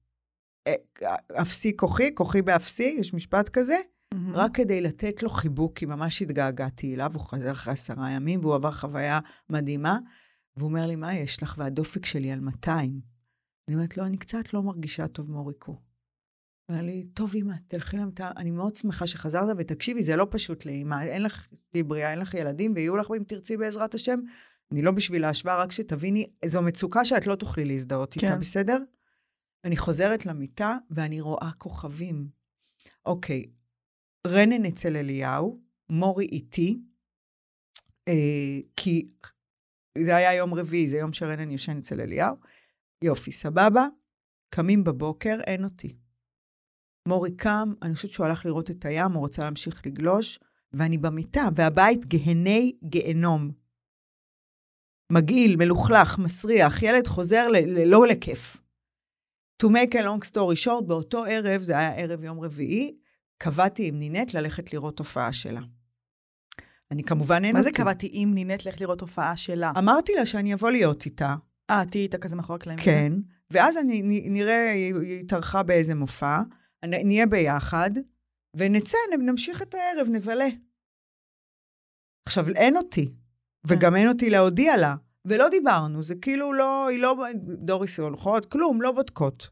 באפסי כוחי, כוחי באפסי, יש משפט כזה, mm-hmm. רק כדי לתת לו חיבוק, כי ממש התגעגעתי אליו, הוא חזר אחרי עשרה ימים, והוא עבר חוויה מדהימה, והוא אומר לי, מה יש לך? והדופק שלי על מאתיים. אני אומרת לו, אני קצת לא מרגישה טוב מוריקו. ואני לי, טוב אמא, תלכי למתה, אני מאוד שמחה שחזרת, ותקשיבי, זה לא פשוט לאמא, אין לך בריאה, אין לך ילדים, ויהיו לך אם תרצי בעזרת השם, אני לא בשביל ההשוואה, רק שתביני, זו מצוקה שאת לא תוכלי להזדהות איתה, בסדר? אני חוזרת למיטה, ואני רואה כוכבים. אוקיי, רנן אצל אליהו, מורי איתי, אה, כי זה היה יום רביעי, זה יום שרנן ישן אצל אליהו, יופי, סבבה, קמים בבוקר, אין אותי. מורי קם, אני חושבת שהוא הלך לראות את הים, הוא רוצה להמשיך לגלוש, ואני במיטה, והבית גהני גהנום. מגעיל, מלוכלך, מסריח, ילד חוזר ל- לא לכיף. To make a long story short, באותו ערב, זה היה ערב יום רביעי, קבעתי עם נינט ללכת לראות הופעה שלה. אני כמובן אין מה אותי. זה קבעתי עם נינט ללכת לראות הופעה שלה? אמרתי לה שאני אבוא להיות איתה. אה, תהי איתה כזה מאחורי הקלעים. כן, ואז אני נראה, היא התארחה באיזה מופע, נהיה ביחד, ונצא, נמשיך את הערב, נבלה. עכשיו, אין אותי, וגם אין אותי להודיע לה, ולא דיברנו, זה כאילו לא, היא לא, דוריס הולכות, כלום, לא בודקות.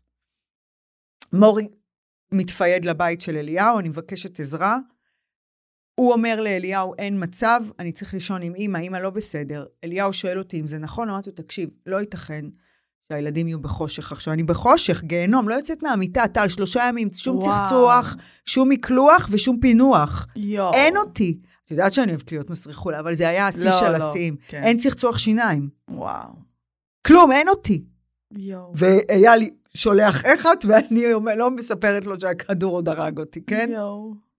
מורי מתפייד לבית של אליהו, אני מבקשת עזרה, הוא אומר לאליהו, אין מצב, אני צריך לישון עם אמא, אמא לא בסדר. אליהו שואל אותי אם זה נכון, אמרתי לו, תקשיב, לא ייתכן שהילדים יהיו בחושך. עכשיו, אני בחושך, גיהנום, לא יוצאת מהמיטה, טל, שלושה ימים, שום וואו. צחצוח, שום מקלוח ושום פינוח. יו. אין אותי. את יודעת שאני אוהבת להיות מסריחולה, אבל זה היה השיא לא, של לא. השיאים. כן. אין צחצוח שיניים. וואו. כלום, אין אותי. יו. והיה לי שולח אחד, ואני לא מספרת לו שהכדור עוד הרג אותי, כן? יו.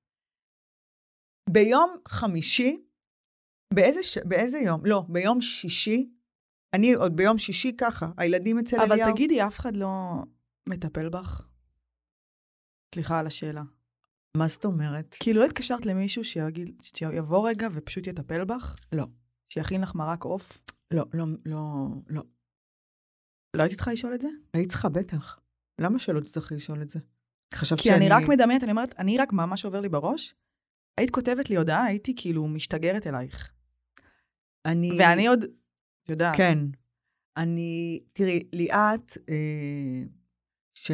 ביום חמישי, באיזה, ש... באיזה יום? לא, ביום שישי, אני עוד ביום שישי ככה, הילדים אצל אבל אליהו. אבל תגידי, אף אחד לא מטפל בך? סליחה על השאלה. מה זאת אומרת? כאילו לא התקשרת למישהו שיגיד, שיבוא רגע ופשוט יטפל בך? לא. שיכין לך מרק עוף? לא, לא, לא, לא. לא הייתי צריכה לשאול את זה? היית צריכה, בטח. למה שלא תצטרכי לשאול את זה? כי שאני... אני רק מדמיינת, אני אומרת, אני רק ממש עובר לי בראש, היית כותבת לי הודעה, הייתי כאילו משתגרת אלייך. אני... ואני עוד, יודעת. כן. אני, תראי, ליאת, אה, ש...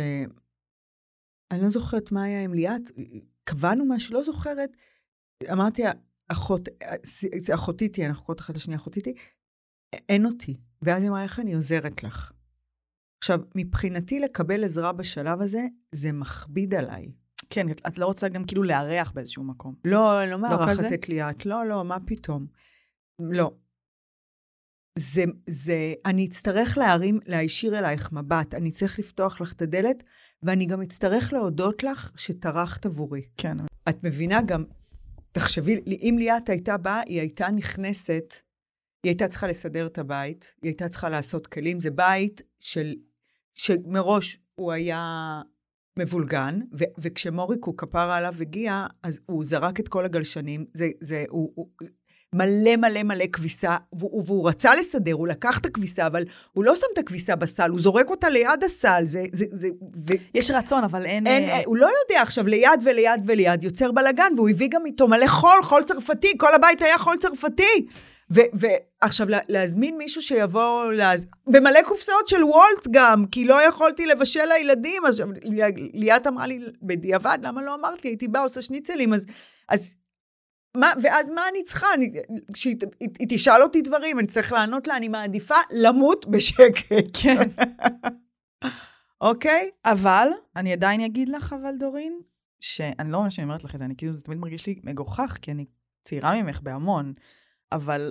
אני לא זוכרת מה היה עם ליאת, קבענו משהו, לא זוכרת, אמרתי, אחות, אחותיתי, אנחנו קוראות אחת לשנייה, אחותיתי, אין אותי. ואז היא אמרה, איך אני עוזרת לך? עכשיו, מבחינתי לקבל עזרה בשלב הזה, זה מכביד עליי. כן, את לא רוצה גם כאילו להריח באיזשהו מקום. לא, לא מערכת את ליאת, לא, לא, מה פתאום? לא. זה, זה, אני אצטרך להרים, להישיר אלייך מבט, אני צריך לפתוח לך את הדלת, ואני גם אצטרך להודות לך שטרחת עבורי. כן. את מבינה גם, תחשבי, אם ליאת הייתה באה, היא הייתה נכנסת, היא הייתה צריכה לסדר את הבית, היא הייתה צריכה לעשות כלים, זה בית של, שמראש הוא היה מבולגן, ו, וכשמוריק הוא כפרה עליו הגיע, אז הוא זרק את כל הגלשנים, זה, זה, הוא, הוא, מלא מלא מלא כביסה, והוא, והוא רצה לסדר, הוא לקח את הכביסה, אבל הוא לא שם את הכביסה בסל, הוא זורק אותה ליד הסל, זה, זה, זה, ו... יש רצון, אבל אין... אין, אין... הוא לא יודע עכשיו, ליד וליד וליד, יוצר בלגן, והוא הביא גם איתו מלא חול, חול צרפתי, כל הבית היה חול צרפתי, ועכשיו, להזמין מישהו שיבוא, להז... במלא קופסאות של וולט גם, כי לא יכולתי לבשל לילדים, אז ליאת אמרה לי, בדיעבד, למה לא אמרת לי, הייתי באה, עושה שניצלים, אז... אז מה, ואז מה אני צריכה? אני, שהיא, היא, היא תשאל אותי דברים, אני צריך לענות לה, אני מעדיפה למות בשקט. כן. אוקיי? אבל, אני עדיין אגיד לך, אבל דורין, שאני לא ממש אומרת לך את זה, אני כאילו, זה תמיד מרגיש לי מגוחך, כי אני צעירה ממך בהמון, אבל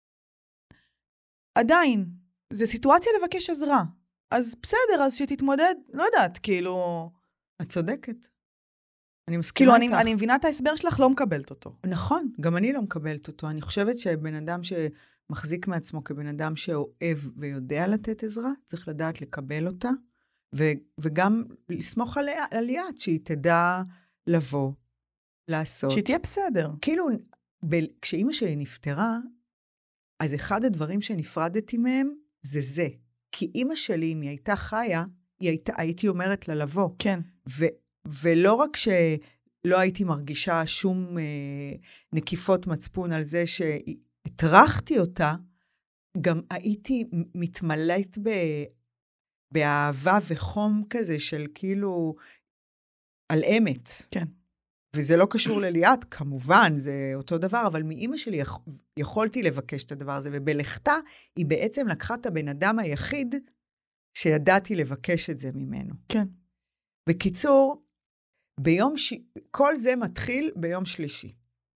עדיין, זה סיטואציה לבקש עזרה. אז בסדר, אז שתתמודד, לא יודעת, כאילו... את צודקת. אני מסכימה כאילו, איתך. אני, אני מבינה את ההסבר שלך, לא מקבלת אותו. נכון, גם אני לא מקבלת אותו. אני חושבת שבן אדם שמחזיק מעצמו כבן אדם שאוהב ויודע לתת עזרה, צריך לדעת לקבל אותה, ו- וגם לסמוך עליה, על ליאת, שהיא תדע לבוא, לעשות. שהיא תהיה בסדר. כאילו, ב- כשאימא שלי נפטרה, אז אחד הדברים שנפרדתי מהם, זה זה. כי אימא שלי, אם היא הייתה חיה, היא הייתה, הייתי אומרת לה לבוא. כן. ו- ולא רק שלא הייתי מרגישה שום אה, נקיפות מצפון על זה שהטרחתי אותה, גם הייתי מתמלאת ב- באהבה וחום כזה של כאילו על אמת. כן. וזה לא קשור לליאת, כמובן, זה אותו דבר, אבל מאמא שלי יכ- יכולתי לבקש את הדבר הזה, ובלכתה היא בעצם לקחה את הבן אדם היחיד שידעתי לבקש את זה ממנו. כן. בקיצור, ביום ש... כל זה מתחיל ביום שלישי.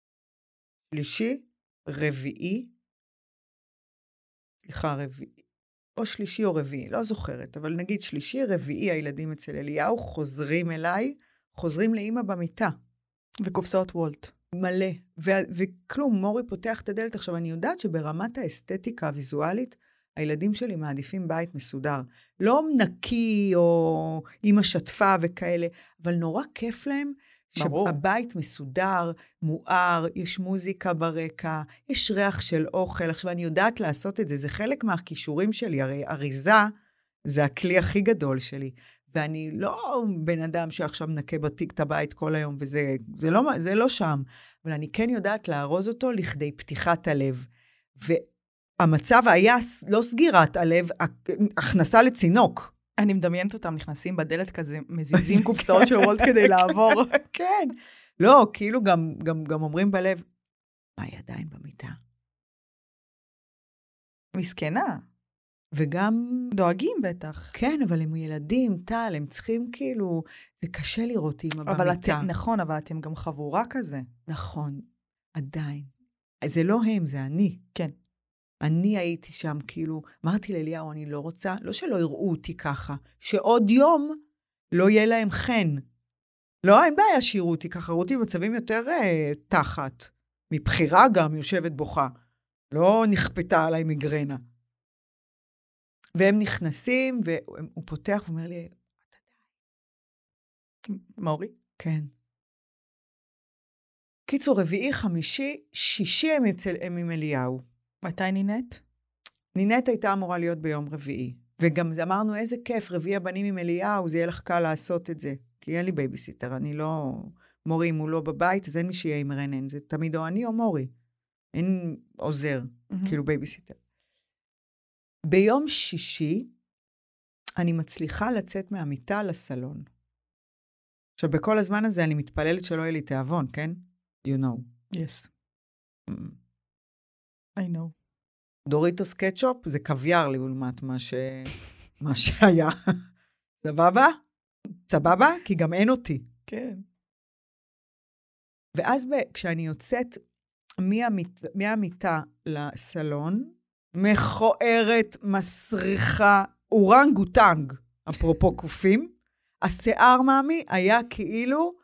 שלישי, רביעי, סליחה, רביעי, או שלישי או רביעי, לא זוכרת, אבל נגיד שלישי, רביעי, הילדים אצל אליהו חוזרים אליי, חוזרים לאמא במיטה. וקופסאות וולט. מלא. ו- וכלום, מורי פותח את הדלת. עכשיו, אני יודעת שברמת האסתטיקה הוויזואלית, הילדים שלי מעדיפים בית מסודר. לא נקי או אמא שטפה וכאלה, אבל נורא כיף להם ברור. שהבית מסודר, מואר, יש מוזיקה ברקע, יש ריח של אוכל. עכשיו, אני יודעת לעשות את זה, זה חלק מהכישורים שלי, הרי אריזה זה הכלי הכי גדול שלי. ואני לא בן אדם שעכשיו נקה בתיק את הבית כל היום, וזה זה לא, זה לא שם. אבל אני כן יודעת לארוז אותו לכדי פתיחת הלב. והמצב היה לא סגירת הלב, הכנסה לצינוק. אני מדמיינת אותם נכנסים בדלת כזה, מזיזים קופסאות של וולט כדי לעבור. כן. לא, כאילו גם, גם, גם אומרים בלב, מה היא עדיין במיטה? מסכנה. וגם... דואגים בטח. כן, אבל הם ילדים, טל, הם צריכים כאילו... זה קשה לראות אימא במיטה. אבל אתם, נכון, אבל אתם גם חבורה כזה. נכון, עדיין. זה לא הם, זה אני. כן. אני הייתי שם כאילו, אמרתי לאליהו, אני לא רוצה, לא שלא יראו אותי ככה, שעוד יום לא יהיה להם חן. לא, אין בעיה שיראו אותי ככה, ראו אותי במצבים יותר אה, תחת. מבחירה גם יושבת בוכה. לא נכפתה עליי מגרנה. והם נכנסים, והוא פותח ואומר לי, אתה די. מורי? כן. קיצור, רביעי, חמישי, שישי הם, אצל, הם עם אליהו. מתי נינט? נינט הייתה אמורה להיות ביום רביעי. וגם אמרנו, איזה כיף, רביעי הבנים עם אליהו, זה יהיה לך קל לעשות את זה. כי אין לי בייביסיטר, אני לא... מורי, אם הוא לא בבית, אז אין מי שיהיה עם רנן. זה תמיד או אני או מורי. אין עוזר, mm-hmm. כאילו בייביסיטר. ביום שישי, אני מצליחה לצאת מהמיטה לסלון. עכשיו, בכל הזמן הזה אני מתפללת שלא יהיה לי תיאבון, כן? You know. Yes. Mm. I know. דוריטוס קטשופ זה קוויאר לעומת מה, ש... מה שהיה. סבבה? סבבה? כי גם אין אותי. כן. ואז ב... כשאני יוצאת מהמית... מהמיטה לסלון, מכוערת, מסריחה, אורנגוטנג, אפרופו קופים, השיער מאמי היה כאילו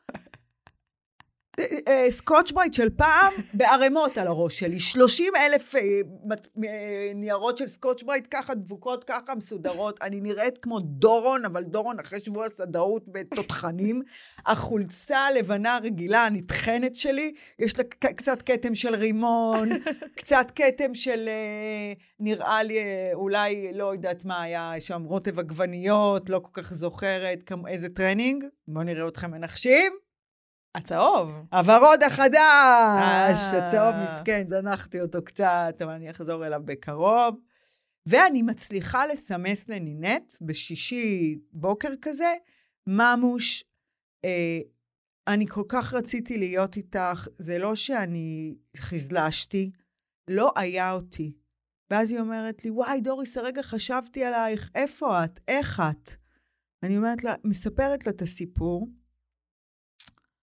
סקוטש-ברייט של פעם בערימות על הראש שלי. שלושים אלף ניירות של סקוטש-ברייט, ככה דבוקות, ככה מסודרות. אני נראית כמו דורון, אבל דורון אחרי שבוע סדרות בתותחנים. החולצה הלבנה הרגילה, הנתחנת שלי, יש לה קצת קטם של רימון, קצת קטם של, נראה לי, אולי לא יודעת מה היה, שם רוטב עגבניות, לא כל כך זוכרת איזה טרנינג. בואו נראה אתכם מנחשים. הצהוב. הוורוד החדש, הצהוב מסכן, זנחתי אותו קצת, אבל אני אחזור אליו בקרוב. ואני מצליחה לסמס לנינט, בשישי בוקר כזה, ממוש, אה, אני כל כך רציתי להיות איתך, זה לא שאני חזלשתי, לא היה אותי. ואז היא אומרת לי, וואי דוריס, הרגע חשבתי עלייך, איפה את? איך את? אני אומרת לה, מספרת לה את הסיפור,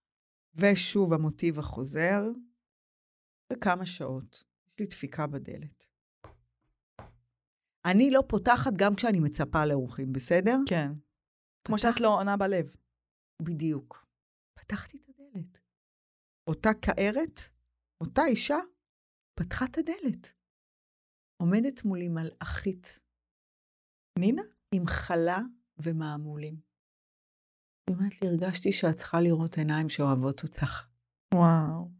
ושוב המוטיב החוזר, וכמה שעות. יש לי דפיקה בדלת. אני לא פותחת גם כשאני מצפה לאורחים, בסדר? כן. כמו שאת לא עונה בלב. בדיוק. פתחתי את הדלת. אותה כארת, אותה אישה, פתחה את הדלת. עומדת מולי מלאכית. נינה? עם חלה ומעמולים. היא אומרת לי, הרגשתי שאת צריכה לראות עיניים שאוהבות אותך. וואו.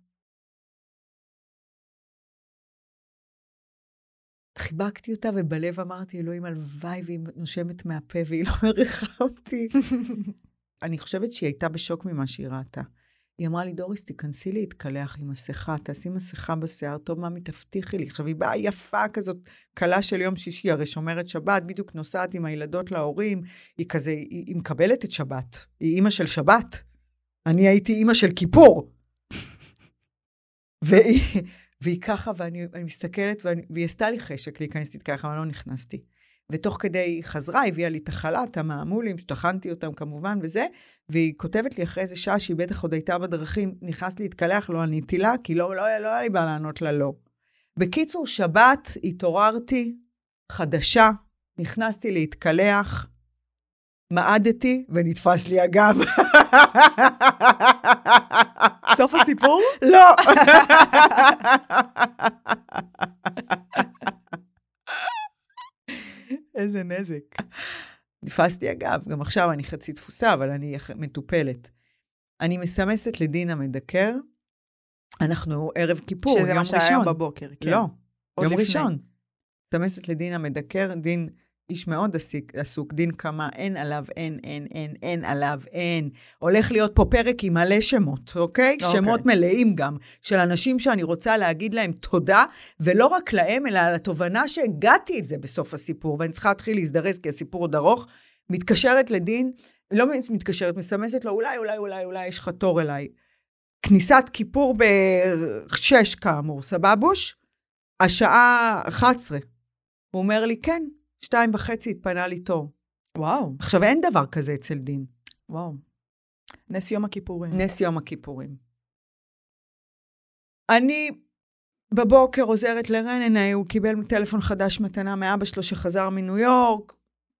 חיבקתי אותה ובלב אמרתי, אלוהים הלוואי והיא נושמת מהפה והיא לא מריחה אותי. אני חושבת שהיא הייתה בשוק ממה שהיא ראתה. היא אמרה לי, דוריס, תיכנסי להתקלח עם מסכה, תעשי מסכה בשיער, טוב, מה מתבטיחי לי? עכשיו, היא באה יפה כזאת, קלה של יום שישי, הרי שומרת שבת, בדיוק נוסעת עם הילדות להורים, היא כזה, היא, היא מקבלת את שבת, היא אימא של שבת. אני הייתי אימא של כיפור. והיא, והיא ככה, ואני מסתכלת, ואני, והיא עשתה לי חשק להיכנס להתקלח, אבל לא נכנסתי. ותוך כדי היא חזרה, הביאה לי את החלת, המעמולים, שטחנתי אותם כמובן וזה, והיא כותבת לי אחרי איזה שעה שהיא בטח עוד הייתה בדרכים, נכנסת להתקלח, לא עניתי לה, כי לא, לא, לא היה לי בא לענות לה לא. בקיצור, שבת, התעוררתי, חדשה, נכנסתי להתקלח, מעדתי ונתפס לי הגב. סוף הסיפור? לא. איזה נזק. נתפסתי אגב, גם עכשיו אני חצי תפוסה, אבל אני מטופלת. אני מסמסת לדינה מדקר, אנחנו ערב כיפור, יום ראשון. שזה מה שהיה בבוקר, כן. לא, עוד יום לפני. ראשון. מסמסת לדינה מדקר, דין איש מאוד עסוק, עסוק, דין כמה, אין עליו, אין, אין, אין, אין עליו, אין. הולך להיות פה פרק עם מלא שמות, אוקיי? אוקיי. שמות מלאים גם, של אנשים שאני רוצה להגיד להם תודה, ולא רק להם, אלא על התובנה שהגעתי את זה בסוף הסיפור, ואני צריכה להתחיל להזדרז, כי הסיפור עוד ארוך, מתקשרת לדין, לא מתקשרת, מסמסת לו, אולי, אולי, אולי, אולי, יש לך תור אליי. כניסת כיפור בשש כאמור, סבבוש? השעה אחת עשרה. הוא אומר לי, כן, שתיים וחצי התפנה לי תור. וואו. עכשיו, אין דבר כזה אצל דין. וואו. נס יום הכיפורים. נס יום הכיפורים. אני בבוקר עוזרת לרנן, הוא קיבל טלפון חדש מתנה מאבא שלו שחזר מניו יורק,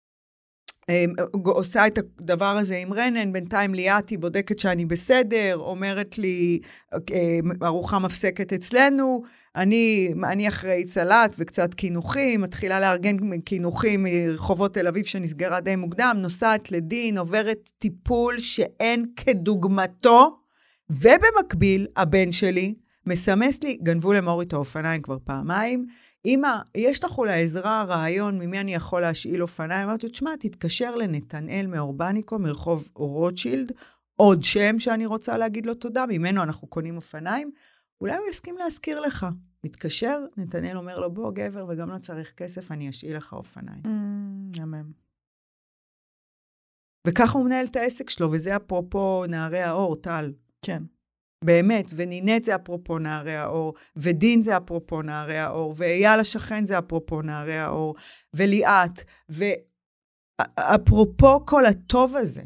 עושה את הדבר הזה עם רנן, בינתיים ליאתי בודקת שאני בסדר, אומרת לי, ארוחה מפסקת אצלנו, אני, אני אחרי צלט וקצת כינוחים, מתחילה לארגן כינוחים מרחובות תל אביב שנסגרה די מוקדם, נוסעת לדין, עוברת טיפול שאין כדוגמתו, ובמקביל הבן שלי מסמס לי, גנבו למורי את האופניים כבר פעמיים, אמא, יש לך אולי עזרה, רעיון, ממי אני יכול להשאיל אופניים? אמרתי, תשמע, תתקשר לנתנאל מאורבניקו, מרחוב רוטשילד, עוד שם שאני רוצה להגיד לו תודה, ממנו אנחנו קונים אופניים, אולי הוא יסכים להזכיר לך. מתקשר, נתנאל אומר לו, בוא גבר, וגם לא צריך כסף, אני אשאיל לך אופניים. אמן. וככה הוא מנהל את העסק שלו, וזה אפרופו נערי האור, טל. כן. באמת, ונינת זה אפרופו נערי האור, ודין זה אפרופו נערי האור, ואייל השכן זה אפרופו נערי האור, וליאת, ואפרופו כל הטוב הזה.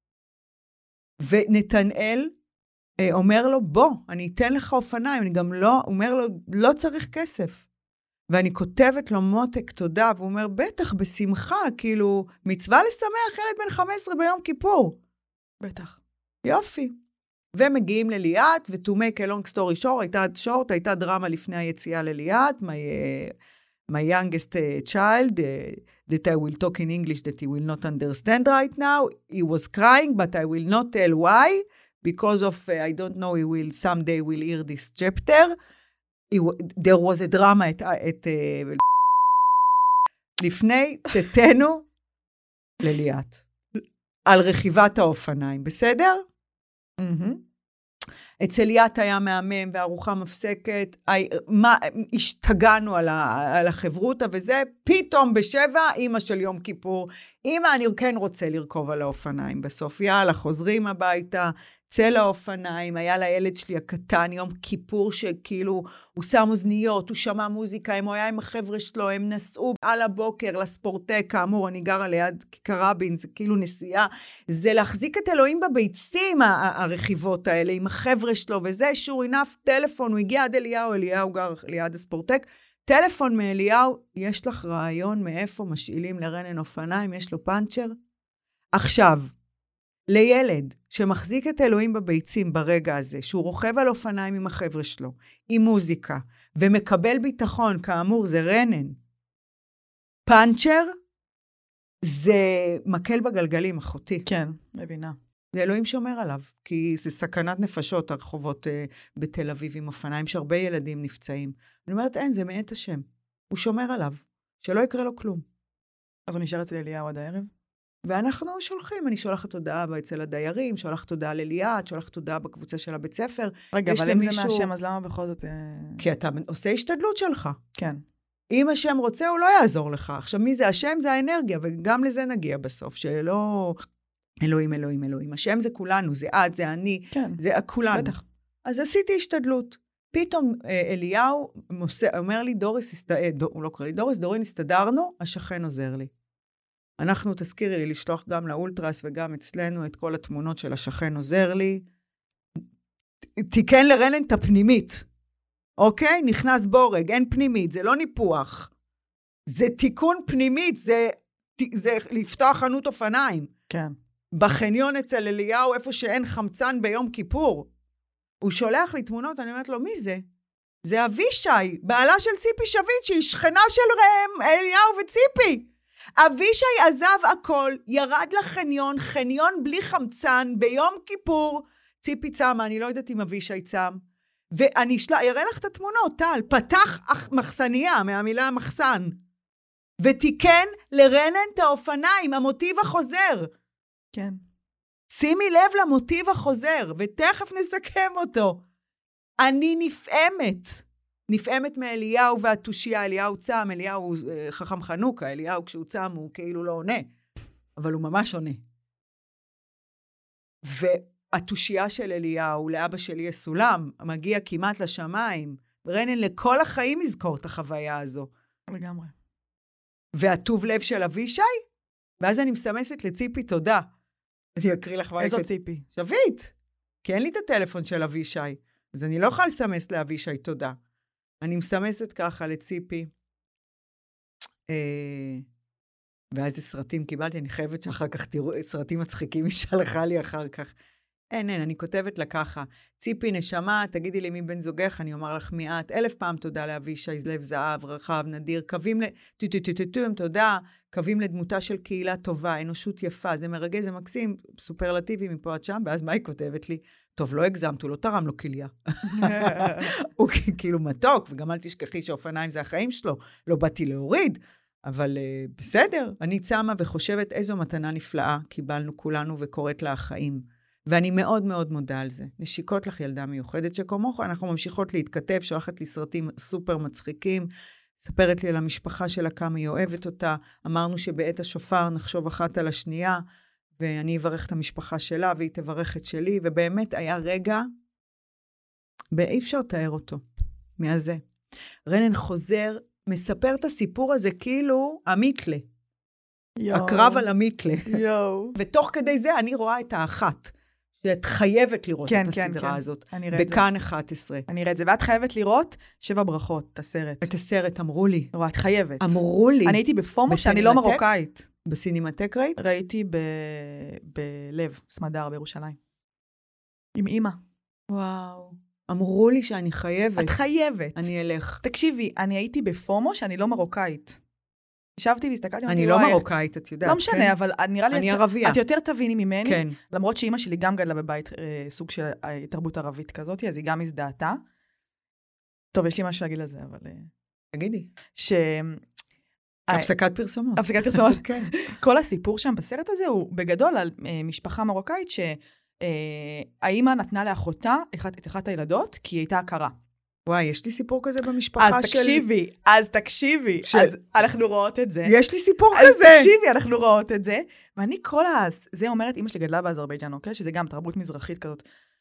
ונתנאל אומר לו, בוא, אני אתן לך אופניים, אני גם לא, אומר לו, לא צריך כסף. ואני כותבת לו מותק תודה, והוא אומר, בטח, בשמחה, כאילו, מצווה לשמח ילד בן חמש עשרה ביום כיפור. בטח. יופי. ומגיעים לליאת, ו-to make a long story short, הייתה, short, הייתה דרמה לפני היציאה לליאת, my, uh, my youngest uh, child, uh, that I will talk in English that he will not understand right now, he was crying, but I will not tell why, because of, uh, I don't know, he will, someday will hear this chapter, he, there was a drama at, at uh, לפני צאתנו לליאת, על רכיבת האופניים, בסדר? Mm-hmm. אצל ליאת היה מהמם וארוחה מפסקת, מה, השתגענו על, ה, על החברותה וזה, פתאום בשבע, אמא של יום כיפור, אמא אני כן רוצה לרכוב על האופניים בסוף, יאללה, חוזרים הביתה, צל האופניים, היה לילד שלי הקטן, יום כיפור שכאילו הוא שם אוזניות, הוא שמע מוזיקה, הוא היה עם החבר'ה שלו, הם נסעו על הבוקר לספורטק, כאמור, אני גרה ליד כיכר רבין, זה כאילו נסיעה, זה להחזיק את אלוהים בביצים, הרכיבות האלה, עם החבר'ה שלו, וזה שור עינף, טלפון, הוא הגיע עד אליהו, אליהו גר ליד הספורטק, טלפון מאליהו, יש לך רעיון מאיפה משאילים לרנן אופניים, יש לו פאנצ'ר? עכשיו, לילד שמחזיק את אלוהים בביצים ברגע הזה, שהוא רוכב על אופניים עם החבר'ה שלו, עם מוזיקה, ומקבל ביטחון, כאמור, זה רנן. פאנצ'ר זה מקל בגלגלים, אחותי. כן, מבינה. זה אלוהים שומר עליו, כי זה סכנת נפשות, הרחובות uh, בתל אביב עם אופניים, שהרבה ילדים נפצעים. אני אומרת, אין, זה מאת השם. הוא שומר עליו, שלא יקרה לו כלום. אז הוא נשאר אצל אליהו עד הערב? ואנחנו שולחים, אני שולחת הודעה אצל הדיירים, שולחת הודעה לליאת, שולחת הודעה בקבוצה של הבית ספר. רגע, אבל אם זה מהשם, אז למה בכל זאת... כי אתה עושה השתדלות שלך. כן. אם השם רוצה, הוא לא יעזור לך. עכשיו, מי זה השם? זה האנרגיה, וגם לזה נגיע בסוף, שלא... אלוהים, אלוהים, אלוהים. השם זה כולנו, זה את, זה אני, כן. זה כולנו. בטח. אז עשיתי השתדלות. פתאום אליהו אומר לי, דוריס, הסתד... הוא לא קורא לי, דוריס, דורין, הסתדרנו, השכן עוזר לי. אנחנו, תזכירי לי, לשלוח גם לאולטרס וגם אצלנו את כל התמונות של השכן עוזר לי. תיקן לרנן את הפנימית. אוקיי? נכנס בורג, אין פנימית, זה לא ניפוח. זה תיקון פנימית, זה, זה לפתוח חנות אופניים. כן. בחניון אצל אליהו, איפה שאין חמצן ביום כיפור. הוא שולח לי תמונות, אני אומרת לו, מי זה? זה אבישי, בעלה של ציפי שביט, שהיא שכנה של רם, אליהו וציפי. אבישי עזב הכל, ירד לחניון, חניון בלי חמצן, ביום כיפור, ציפי צמה, אני לא יודעת אם אבישי צם, ואני שלה, יראה לך את התמונות, טל, פתח מחסניה, מהמילה מחסן, ותיקן לרנן את האופניים, המוטיב החוזר. כן. שימי לב למוטיב החוזר, ותכף נסכם אותו. אני נפעמת. נפעמת מאליהו והתושייה, אליהו צם, אליהו חכם חנוכה, אליהו כשהוא צם הוא כאילו לא עונה, אבל הוא ממש עונה. והתושייה של אליהו, לאבא שלי יש סולם, מגיע כמעט לשמיים, רנן לכל החיים יזכור את החוויה הזו. לגמרי. והטוב לב של אבישי, ואז אני מסמסת לציפי תודה. אני אקריא לך מה... איזו ציפי? שביט, כי אין לי את הטלפון של אבישי, אז אני לא יכולה לסמס לאבישי תודה. אני מסמסת ככה לציפי, אה, ואיזה סרטים קיבלתי, אני חייבת שאחר כך תראו, סרטים מצחיקים, היא שלחה לי אחר כך. אין, אין, אני כותבת לה ככה, ציפי נשמה, תגידי לי מי בן זוגך, אני אומר לך מיעט, אלף פעם תודה לאבישי, לב זהב, רחב, נדיר, קווים לטוטוטוטוטום, תודה, קווים לדמותה של קהילה טובה, אנושות יפה, זה מרגש, זה מקסים, סופרלטיבי מפה עד שם, ואז מה היא כותבת לי? טוב, לא הגזמת, הוא לא תרם לו כליה. הוא כאילו מתוק, וגם אל תשכחי שאופניים זה החיים שלו, לא באתי להוריד, אבל uh, בסדר, אני צמה וחושבת איזו מתנה נפלאה קיבלנו כולנו וקוראת לה החיים. ואני מאוד מאוד מודה על זה. נשיקות לך ילדה מיוחדת שכמוך, אנחנו ממשיכות להתכתב, שולחת לי סרטים סופר מצחיקים, ספרת לי על המשפחה שלה כמה היא אוהבת אותה, אמרנו שבעת השופר נחשוב אחת על השנייה, ואני אברך את המשפחה שלה, והיא תברך את שלי, ובאמת היה רגע, ואי אפשר לתאר אותו, מהזה. רנן חוזר, מספר את הסיפור הזה כאילו המיקלה. יו. הקרב על המיקלה. יו. ותוך כדי זה אני רואה את האחת, שאת חייבת לראות כן, את כן, הסדרה כן. הזאת, בכאן אחת עשרה. אני אראה את זה, ואת חייבת לראות שבע ברכות, את הסרט. את הסרט, אמרו לי. רואה, את חייבת. אמרו לי. אני הייתי בפומו שאני לא מרוקאית. בסינמטק ראית? ראיתי ב... בלב, סמדר בירושלים. עם אמא. וואו. אמרו לי שאני חייבת. את חייבת. אני אלך. תקשיבי, אני הייתי בפומו שאני לא מרוקאית. ישבתי והסתכלתי. אני לא מרוקאית, את יודעת. לא משנה, אבל נראה לי... אני ערבייה. את יותר תביני ממני. כן. למרות שאמא שלי גם גדלה בבית סוג של תרבות ערבית כזאת, אז היא גם הזדהתה. טוב, יש לי משהו להגיד לזה, אבל... תגידי. ש... הפסקת פרסומות. הפסקת פרסומות, כן. כל הסיפור שם בסרט הזה הוא בגדול על משפחה מרוקאית שהאימא נתנה לאחותה את אחת הילדות, כי היא הייתה הכרה. וואי, יש לי סיפור כזה במשפחה אז של... תקשיבי, אז תקשיבי, של... אז אנחנו רואות את זה. יש לי סיפור אז כזה. אז תקשיבי, אנחנו רואות את זה, ואני כל ה... זה אומרת, אמא שלי גדלה באזרבייג'אן, אוקיי? שזה גם תרבות מזרחית כזאת.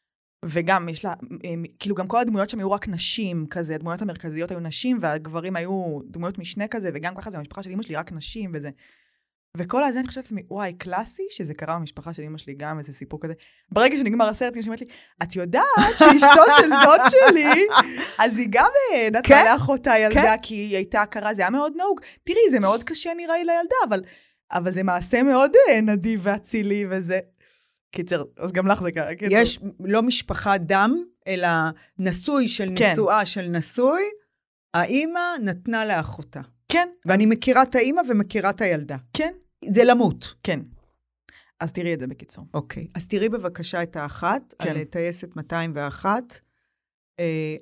וגם יש לה, כאילו גם כל הדמויות שם היו רק נשים כזה, הדמויות המרכזיות היו נשים, והגברים היו דמויות משנה כזה, וגם ככה זה במשפחה של אמא שלי רק נשים וזה. וכל הזה אני חושבת לעצמי, וואי, קלאסי, שזה קרה במשפחה של אמא שלי גם איזה סיפור כזה. ברגע שנגמר הסרט, היא אומרת לי, את יודעת שאשתו של דוד שלי, אז היא גם נתנה לאחותה ילדה, כי היא הייתה הכרה, זה היה מאוד נהוג. תראי, זה מאוד קשה נראה לי לילדה, אבל, אבל זה מעשה מאוד נדיב ואצילי וזה. קיצר, אז גם לך זה קרה. קיצר. יש לא משפחה דם, אלא נשוי של כן. נשואה של נשוי, האמא נתנה לאחותה. כן. ואני אז... מכירה את האמא ומכירה את הילדה. כן. זה למות. כן. אז תראי את זה בקיצור. אוקיי. אז תראי בבקשה את האחת, כן. על טייסת מאתיים ואחת. אה,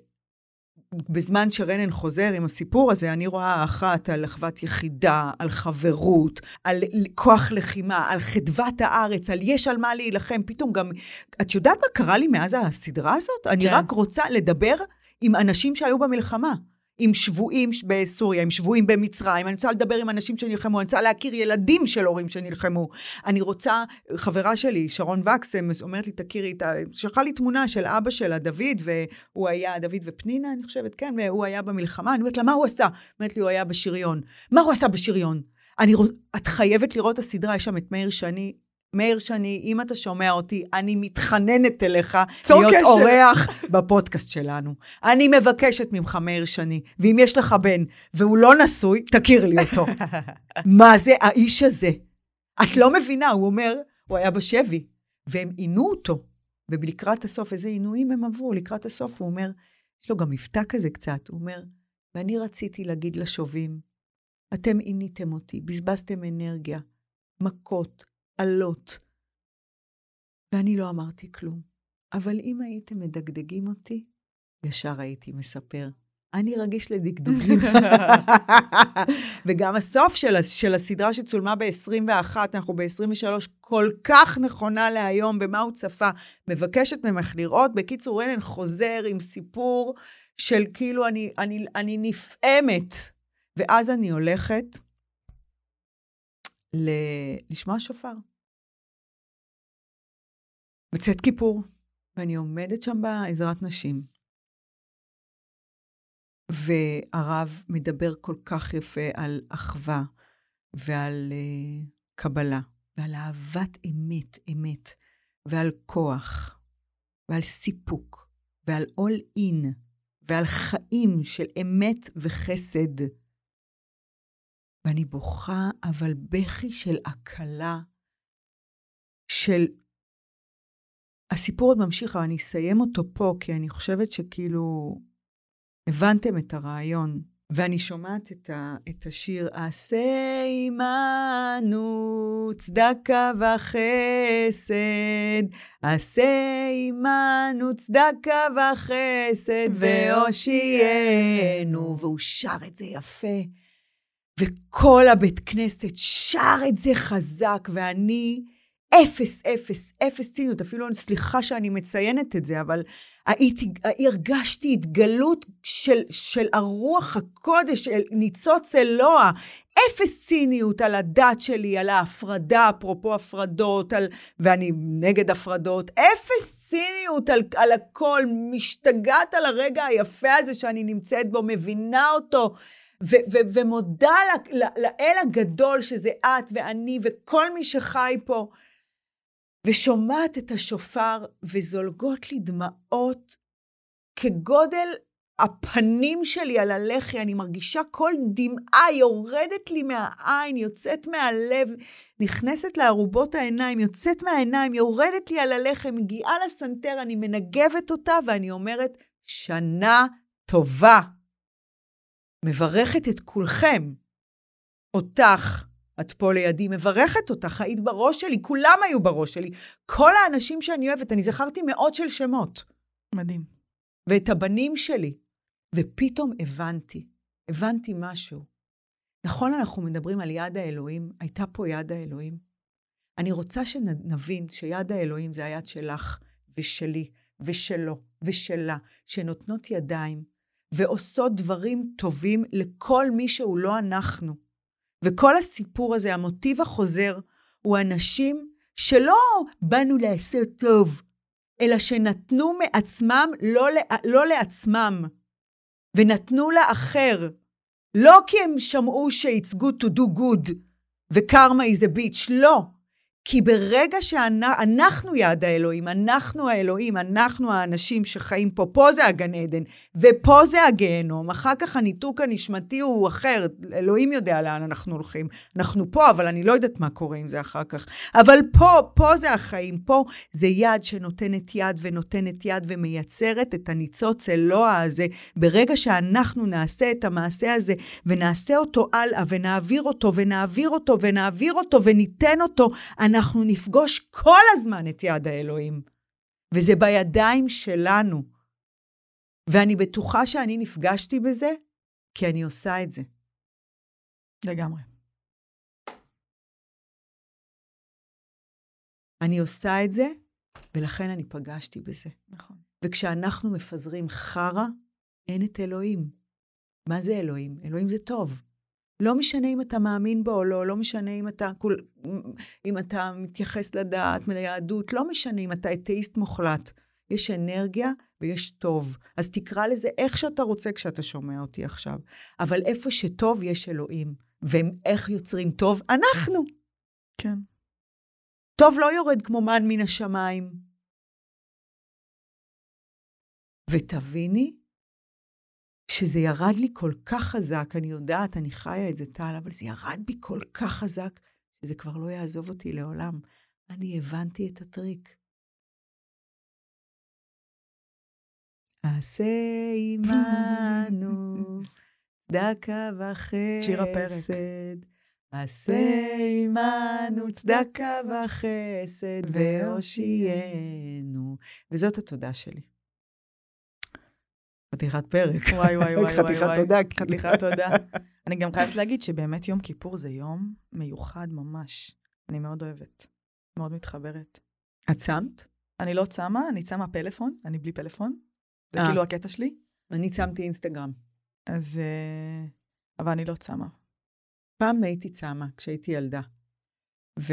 בזמן שרנן חוזר עם הסיפור הזה, אני רואה האחת על אחוות יחידה, על חברות, על כוח לחימה, על חדוות הארץ, על יש על מה להילחם. פתאום גם, את יודעת מה קרה לי מאז הסדרה הזאת? כן. אני רק רוצה לדבר עם אנשים שהיו במלחמה. עם שבועים בסוריה, עם שבועים במצרים, אני רוצה לדבר עם אנשים שנלחמו, אני רוצה להכיר ילדים של הורים שנלחמו, אני רוצה, חברה שלי, שרון וקסם, אומרת לי, תכירי, שלחה לי תמונה של אבא שלה, דוד, והוא היה, דוד ופנינה, אני חושבת, כן, והוא היה במלחמה, אני אומרת לה, מה הוא עשה? אומרת לי, הוא היה בשריון. מה הוא עשה בשריון? אני, את חייבת לראות את הסדרה, יש שם את מאיר שני, מאיר שני, אם אתה שומע אותי, אני מתחננת אליך להיות אורח בפודקאסט שלנו. אני מבקשת ממך, מאיר שני, ואם יש לך בן, והוא לא נשוי, תכיר לי אותו. מה זה האיש הזה? את לא מבינה, הוא אומר, הוא היה בשבי, והם עינו אותו, ובלקראת הסוף, איזה עינויים הם עברו, לקראת הסוף, הוא אומר, יש לו גם מבטא כזה קצת, הוא אומר, ואני רציתי להגיד לשובים, אתם עיניתם אותי, בזבזתם אנרגיה, מכות, עלות. ואני לא אמרתי כלום. אבל אם הייתם מדגדגים אותי, ישר הייתי מספר. אני רגיש לדגדוגים. וגם הסוף של, של הסדרה שצולמה ב-עשרים ואחת, אנחנו ב-עשרים ושלוש, כל כך נכונה להיום, במה הוא צפה. מבקשת ממך לראות, בקיצור רנן חוזר עם סיפור של כאילו אני, אני, אני נפעמת. ואז אני הולכת, ל- לשמוע שופר. בצאת כיפור, ואני עומדת שם בעזרת נשים. והרב מדבר כל כך יפה על אחווה, ועל uh, קבלה, ועל אהבת אמת, אמת, ועל כוח, ועל סיפוק, ועל all in, ועל חיים של אמת וחסד. ואני בוכה, אבל בכי של הקלה, של... הסיפור עוד ממשיך, אבל אני אסיים אותו פה, כי אני חושבת שכאילו הבנתם את הרעיון, ואני שומעת את, ה... את השיר, עשה עמנו צדקה וחסד, עשה עמנו צדקה וחסד, והושיענו, והוא שר את זה יפה. וכל הבית כנסת שר את זה חזק, ואני אפס, אפס, אפס ציניות, אפילו סליחה שאני מציינת את זה, אבל הייתי, הרגשתי התגלות של, של הרוח הקודש, של ניצוץ אלוה, אפס ציניות על הדת שלי, על ההפרדה, אפרופו הפרדות, על, ואני נגד הפרדות, אפס ציניות על, על הכל, משתגעת על הרגע היפה הזה שאני נמצאת בו, מבינה אותו, ו- ו- ומודה לאל הגדול שזה את ואני וכל מי שחי פה, ושומעת את השופר וזולגות לי דמעות כגודל הפנים שלי על הלחי, אני מרגישה כל דמעה יורדת לי מהעין, יוצאת מהלב, נכנסת לערובות העיניים, יוצאת מהעיניים, יורדת לי על הלחי, מגיעה לסנטר, אני מנגבת אותה ואני אומרת, שנה טובה. מברכת את כולכם, אותך, את פה לידי, מברכת אותך, היית בראש שלי, כולם היו בראש שלי, כל האנשים שאני אוהבת, אני זכרתי מאות של שמות. מדהים. ואת הבנים שלי, ופתאום הבנתי, הבנתי משהו. נכון, אנחנו מדברים על יד האלוהים, הייתה פה יד האלוהים. אני רוצה שנבין שיד האלוהים זה היד שלך, ושלי, ושלו, ושלה, שנותנות ידיים, ועושות דברים טובים לכל מי שהוא לא אנחנו. וכל הסיפור הזה, המוטיב החוזר, הוא אנשים שלא באנו לעשות טוב, אלא שנתנו מעצמם לא, לא לעצמם, ונתנו לאחר, לא כי הם שמעו שיצגו to do good, וקרמה is a bitch, לא. כי ברגע שאנחנו יד האלוהים, אנחנו האלוהים, אנחנו האנשים שחיים פה, פה זה הגן עדן, ופה זה הגיהנום, אחר כך הניתוק הנשמתי הוא אחר, אלוהים יודע לאן אנחנו הולכים, אנחנו פה, אבל אני לא יודעת מה קורה עם זה אחר כך, אבל פה, פה זה החיים, פה זה יד שנותנת יד ונותנת יד ומייצרת את הניצוץ אלוה הזה, ברגע שאנחנו נעשה את המעשה הזה, ונעשה אותו הלאה, ונעביר אותו, ונעביר אותו, ונעביר אותו, וניתן אותו, אנחנו נפגוש כל הזמן את יד האלוהים, וזה בידיים שלנו. ואני בטוחה שאני נפגשתי בזה, כי אני עושה את זה. לגמרי. אני עושה את זה, ולכן אני פגשתי בזה. נכון. וכשאנחנו מפזרים חרה, אין את אלוהים. מה זה אלוהים? אלוהים זה טוב. לא משנה אם אתה מאמין בו או לא, לא משנה אם אתה, אם אתה מתייחס לדעת, ליהדות, לא משנה אם אתה אתאיסט מוחלט. יש אנרגיה ויש טוב. אז תקרא לזה איך שאתה רוצה כשאתה שומע אותי עכשיו. אבל איפה שטוב יש אלוהים. ואיך יוצרים טוב? אנחנו. כן. טוב לא יורד כמו מן מן השמיים. ותביני, שזה ירד לי כל כך חזק, אני יודעת, אני חיה את זה טל, אבל זה ירד בי כל כך חזק, שזה כבר לא יעזוב אותי לעולם. אני הבנתי את הטריק. עשה עמנו, צדקה וחסד. עשה עמנו, צדקה וחסד, והושיענו. וזאת התודה שלי. חתיכת פרק. וואי, וואי, וואי. חתיכת תודה. חתיכת תודה. אני גם חייבת להגיד שבאמת יום כיפור זה יום מיוחד ממש. אני מאוד אוהבת. מאוד מתחברת. את צמת? אני לא צמה, אני צמה פלאפון. אני בלי פלאפון. זה כאילו הקטע שלי. אני צמתי אינסטגרם. אז, אבל אני לא צמה. פעם הייתי צמה, כשהייתי ילדה. ו...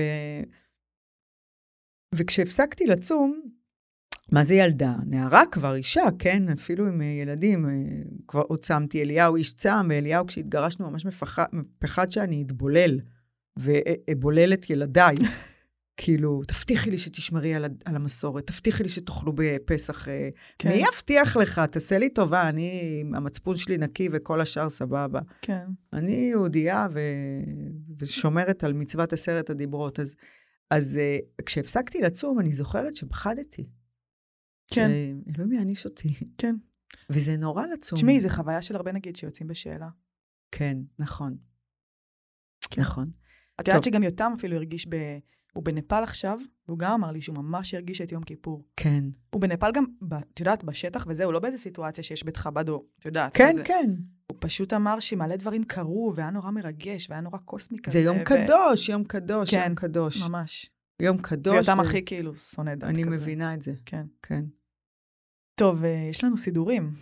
וכשהפסקתי לצום, מה זה ילדה? נערה כבר, אישה, כן? אפילו עם ילדים, כבר עוד צמתי, אליהו איש צם, ואליהו כשהתגרשנו ממש מפחד, מפחד שאני אתבולל, ואבולל את ילדיי. כאילו, תבטיחי לי שתשמרי על, על המסורת, תבטיחי לי שתאכלו בפסח. כן. מי יבטיח לך? תעשה לי טובה, אני, המצפון שלי נקי וכל השאר סבבה. כן. אני יהודייה ו... ושומרת על מצוות עשרת הדיברות. אז, אז כשהפסקתי לצום, אני זוכרת שפחדתי. כן. אלוהים יעניש אותי. כן. וזה נורא לצום. תשמעי, זה חוויה של הרבה נגיד שיוצאים בשאלה. כן, נכון. כן. נכון. את יודעת שגם יותם אפילו הרגיש ב... הוא בנפל עכשיו, והוא גם אמר לי שהוא ממש הרגיש את יום כיפור. כן. הוא בנפל גם, את יודעת, בשטח וזהו, לא באיזה סיטואציה שיש בית חב"ד או, את יודעת. כן, כן. הוא פשוט אמר שמלא דברים קרו, והיה נורא מרגש, והיה נורא קוסמי כזה. זה יום קדוש, יום קדוש, יום קדוש. כן, ממש. יום קדוש. ויותם הכי כאילו שונא דת כזה. אני מבינה את זה. כן. כן. טוב, יש לנו סידורים.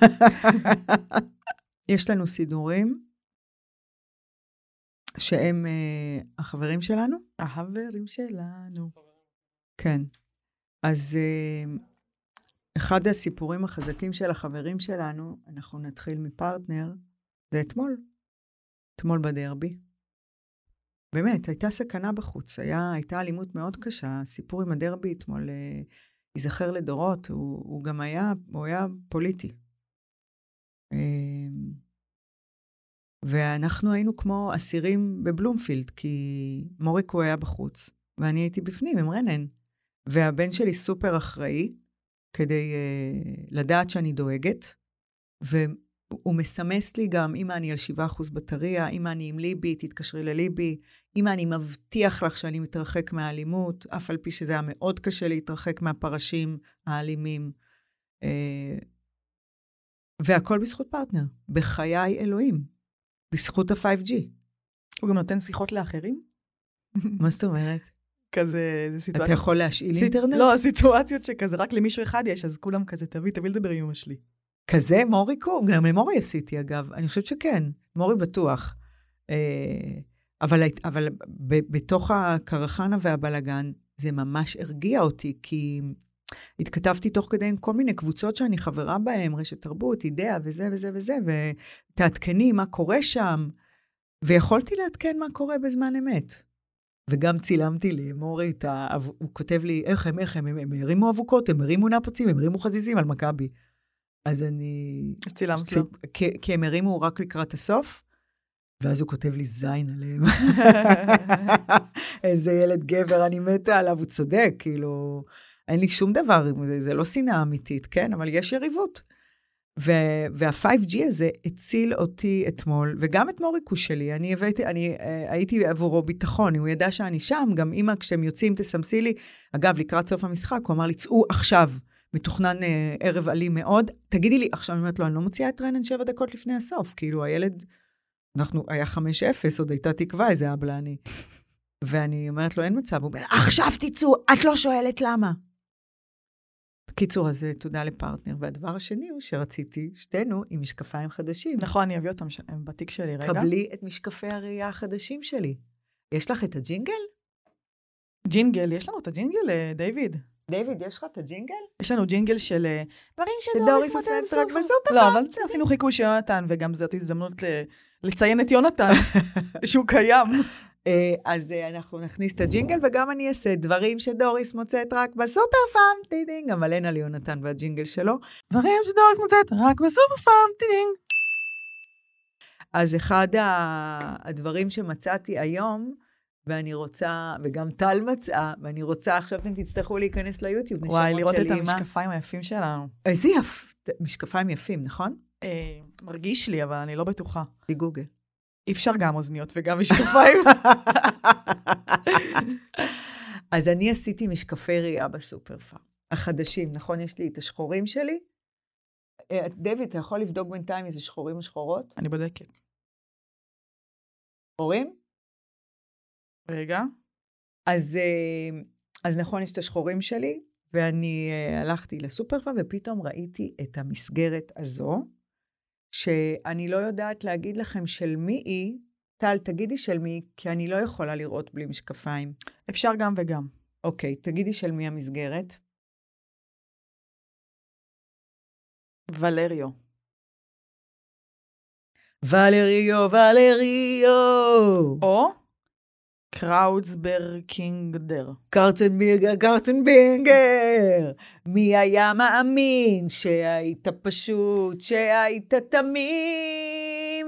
יש לנו סידורים. שהם uh, החברים שלנו? החברים שלנו. כן. אז uh, אחד הסיפורים החזקים של החברים שלנו, אנחנו נתחיל מפרטנר, זה אתמול. אתמול בדרבי. באמת, הייתה סכנה בחוץ. היה, הייתה אלימות מאוד קשה. הסיפור עם הדרבי אתמול uh, ייזכר לדורות. הוא, הוא גם היה, הוא היה פוליטי. Uh, ואנחנו היינו כמו אסירים בבלומפילד, כי מוריק הוא היה בחוץ, ואני הייתי בפנים עם רנן. והבן שלי סופר אחראי, כדי uh, לדעת שאני דואגת, והוא מסמס לי גם, אמא אני על שבעה אחוז בטריה, אמא אני עם ליבי, תתקשרי לליבי, אמא אני מבטיח לך שאני מתרחק מהאלימות, אף על פי שזה היה מאוד קשה להתרחק מהפרשים האלימים. Uh, והכל בזכות פרטנר, בחיי אלוהים. בזכות ה-פייב ג'י. הוא גם נותן שיחות לאחרים? מה זאת אומרת? כזה, זה סיטואציה... אתה יכול להשאיל אינטרנט? לא, סיטואציות שכזה, רק למישהו אחד יש, אז כולם כזה, תביא, תביא לדבר עם אמא שלי. כזה, מורי קוק, גם למורי עשיתי אגב, אני חושבת שכן, מורי בטוח. אבל, אבל ב, בתוך הקרחנה והבלגן, זה ממש הרגיע אותי, כי התכתבתי תוך כדי עם כל מיני קבוצות שאני חברה בהן, רשת תרבות, אידאה וזה וזה וזה, ותעדכני מה קורה שם, ויכולתי לעדכן מה קורה בזמן אמת. וגם צילמתי לי, מורי, הוא כותב לי, איך הם, איך הם, הם הרימו אבוקות, הם הרימו נפצים, הם הרימו חזיזים על מכבי. אז אני... אז צילמת לו. כי הם הרימו רק לקראת הסוף, ואז הוא כותב לי זין עליהם. איזה ילד גבר, אני מתה עליו, הוא צודק, כאילו, אין לי שום דבר, זה לא שנאה אמיתית, כן? אבל יש יריבות. וה-פייב ג'י הזה הציל אותי אתמול, וגם את מוריקו שלי, אני הבאתי, אני הייתי עבורו ביטחון, הוא ידע שאני שם, גם אמא, כשהם יוצאים, תסמסי לי, אגב, לקראת סוף המשחק, הוא אמר לי, צאו עכשיו, מתוכנן ערב עלי מאוד, תגידי לי, עכשיו אני אומרת לו, אני לא מוציאה את רנן שבע דקות לפני הסוף, כאילו הילד, אנחנו, היה חמש אפס, עוד הייתה תקווה, איזה אבלה אני. ואני אומרת לו, אין מצב, הוא אומר, עכשיו תצאו, את לא שואלת למה. בקיצור, אז תודה לפרטנר. והדבר השני הוא שרציתי, שתינו, עם משקפיים חדשים. נכון, אני אביא אותם בתיק שלי, רגע. קבלי את משקפי הראייה החדשים שלי. יש לך את הג'ינגל? ג'ינגל, יש לנו את הג'ינגל, דיוויד. דיוויד, יש לך את הג'ינגל? יש לנו ג'ינגל של דברים שדוריס מוצאת רק בסופר. לא, אבל עשינו חיקוי של יונתן, וגם זאת הזדמנות לציין את יונתן, שהוא קיים. אז אנחנו נכניס את הג'ינגל, וגם אני אעשה דברים שדוריס מוצאת רק בסופר פארם, טידינג, גם עלינה ליונתן והג'ינגל שלו. דברים שדוריס מוצאת רק בסופר פארם, טידינג. אז אחד הדברים שמצאתי היום, ואני רוצה, וגם טל מצאה, ואני רוצה, עכשיו אתם תצטרכו להיכנס ליוטיוב. וואי, לראות את המשקפיים היפים שלנו. איזה יפ, משקפיים יפים, נכון? מרגיש לי, אבל אני לא בטוחה. בגוגל. אי אפשר גם אוזניות וגם משקפיים. אז אני עשיתי משקפי ראייה בסופר פארם. החדשים, נכון? יש לי את השחורים שלי. דויד, אתה יכול לבדוק בינתיים איזה שחורים או שחורות? אני בודקת. שחורים? רגע. אז, אז נכון, יש את השחורים שלי, ואני הלכתי לסופר פארם, ופתאום ראיתי את המסגרת הזו, שאני לא יודעת להגיד לכם של מי היא. טל, תגידי של מי, כי אני לא יכולה לראות בלי משקפיים. אפשר גם וגם. אוקיי, תגידי של מי המסגרת. ולריו. ולריו, ולריו. או קראוצברקינגדר. קרצנבירגר, קרצנבירגר. מי היה מאמין שהיית פשוט, שהיית תמים,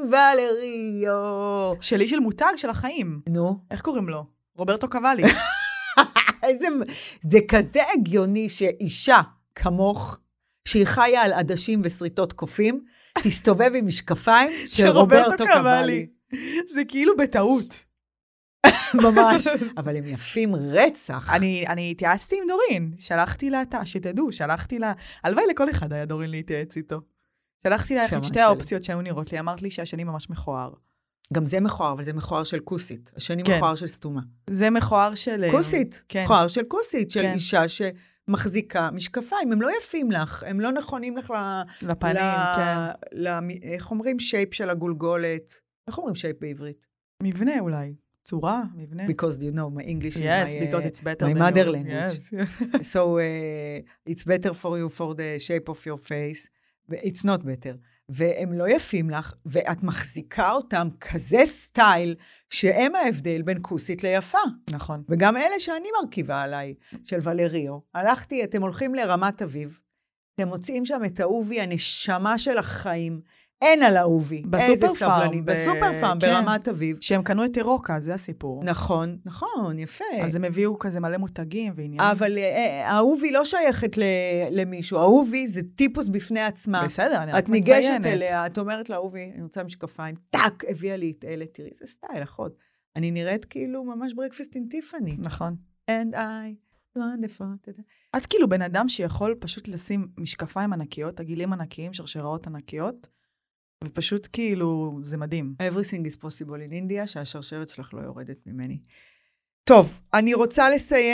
ולריו. שלי של מותג של החיים. נו. איך קוראים לו? רוברטו קוואלי. זה, זה כזה הגיוני שאישה כמוך, שהיא חיה על עדשים וסריטות קופים, תסתובב עם משקפיים של רוברטו קוואלי. זה כאילו בטעות. ממש, אבל הם יפים רצח. אני, אני התייעצתי עם דורין, שלחתי לה, שתדעו, שלחתי לה, הלוואי לכל אחד היה דורין להתייעץ איתו. שלחתי לה את שתי האופציות שהיו נראות לי, אמרת לי שהשני ממש מכוער. גם זה מכוער, אבל זה מכוער של כוסית. השני כן. מכוער של סתומה. זה מכוער של... כוסית. כן. מכוער של כוסית, של כן. אישה שמחזיקה משקפיים. הם לא יפים לך, הם לא נכונים לך ל... לפנים, ל... כן. ל... איך אומרים שייפ של הגולגולת? איך אומרים שייפ בעברית? מבנה אולי. צורה, מבנה. Because you know, my English yes, is my, because uh, it's better my than mother your... language. Yes. So uh, it's better for you for the shape of your face. It's not better. והם לא יפים לך, ואת מחזיקה אותם כזה סטייל, שהם ההבדל בין כוסית ליפה. נכון. וגם אלה שאני מרכיבה עליי, של ולריו. הלכתי, אתם הולכים לרמת אביב, אתם מוצאים שם את האובי, הנשמה של החיים, אין על האובי. בסופר פארם. בסופר פארם, ברמת אביב. שהם קנו את אירוקה, זה הסיפור. נכון, נכון, יפה. אז הם הביאו כזה מלא מותגים ועניינים. אבל האובי לא שייכת למישהו, האובי זה טיפוס בפני עצמה. בסדר, אני רק מציינת. את ניגשת אליה, את אומרת לאהובי, אני רוצה משקפיים, טק, הביאה לי את אלה, תראי, זה סטייל, אחות. אני נראית כאילו ממש ברקפסט עם טיפני. נכון. And I, wonderful. את כאילו בן אדם שיכול פשוט לשים משקפיים ענקיות, עגילים ענקיים, שרשראות ענקיות, ופשוט כאילו, זה מדהים. Everything is possible in India, שהשרשרת שלך לא יורדת ממני. טוב, אני רוצה לסיים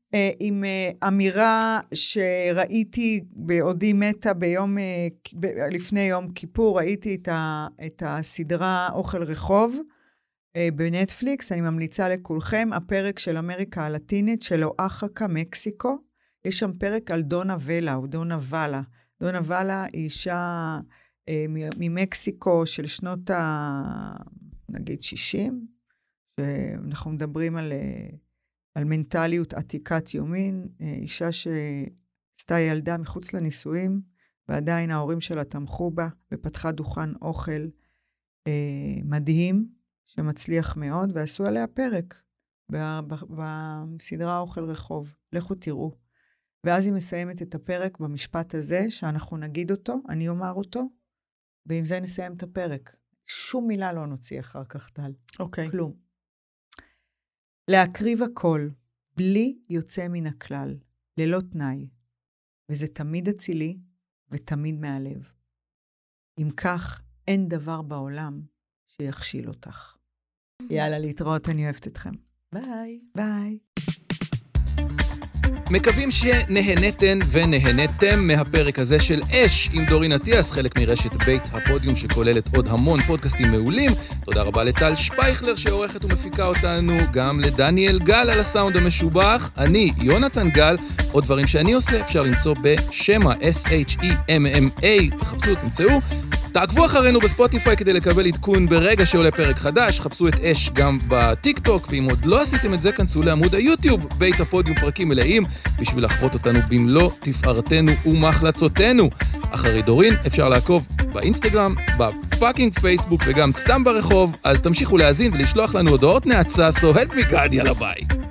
עם אמירה שראיתי בעודי מתה ביום, לפני יום כיפור, ראיתי את, ה, את הסדרה אוכל רחוב בנטפליקס, אני ממליצה לכולכם, הפרק של אמריקה הלטינית של אוחקה, מקסיקו, יש שם פרק על דונה ולה, או דונה ולה. דונה ולה היא אישה ממקסיקו של שנות ה... נגיד שישים, שאנחנו מדברים על... על מנטליות עתיקת יומין, אישה שעשתה ילדה מחוץ לנישואים, ועדיין ההורים שלה תמכו בה, ופתחה דוכן אוכל אה, מדהים, שמצליח מאוד, ועשו עליה פרק בסדרה אוכל רחוב. לכו תראו. ואז היא מסיימת את הפרק במשפט הזה, שאנחנו נגיד אותו, אני אומר אותו, ועם זה נסיים את הפרק. שום מילה לא נוציא אחר כך, טל. אוקיי. כלום. להקריב הכל, בלי יוצא מן הכלל, ללא תנאי, וזה תמיד אצילי ותמיד מהלב. אם כך, אין דבר בעולם שיכשיל אותך. יאללה, להתראות, אני אוהבת אתכם. ביי. ביי. מקווים שנהנתן ונהנתם מהפרק הזה של אש עם דורין אטיאס, חלק מרשת בית הפודיום שכוללת עוד המון פודקאסטים מעולים. תודה רבה לטל שפייכלר שעורכת ומפיקה אותנו, גם לדניאל גל על הסאונד המשובח. אני יונתן גל, עוד דברים שאני עושה אפשר למצוא בשמה, אס אייץ' אי אם אם איי, תחפשו, תמצאו. תעקבו אחרינו בספוטיפיי כדי לקבל עדכון ברגע שעולה פרק חדש, חפשו את אש גם בטיק טוק, ואם עוד לא עשיתם את זה, כנסו לעמוד היוטיוב, בית הפודיום פרקים מלאים, בשביל לחוות אותנו במלוא תפארתנו ומחלצותינו. אחרי דורין אפשר לעקוב באינסטגרם, בפאקינג פייסבוק וגם סתם ברחוב, אז תמשיכו להאזין ולשלוח לנו הודעות נאצה, סוהד מגד, יאללה ביי.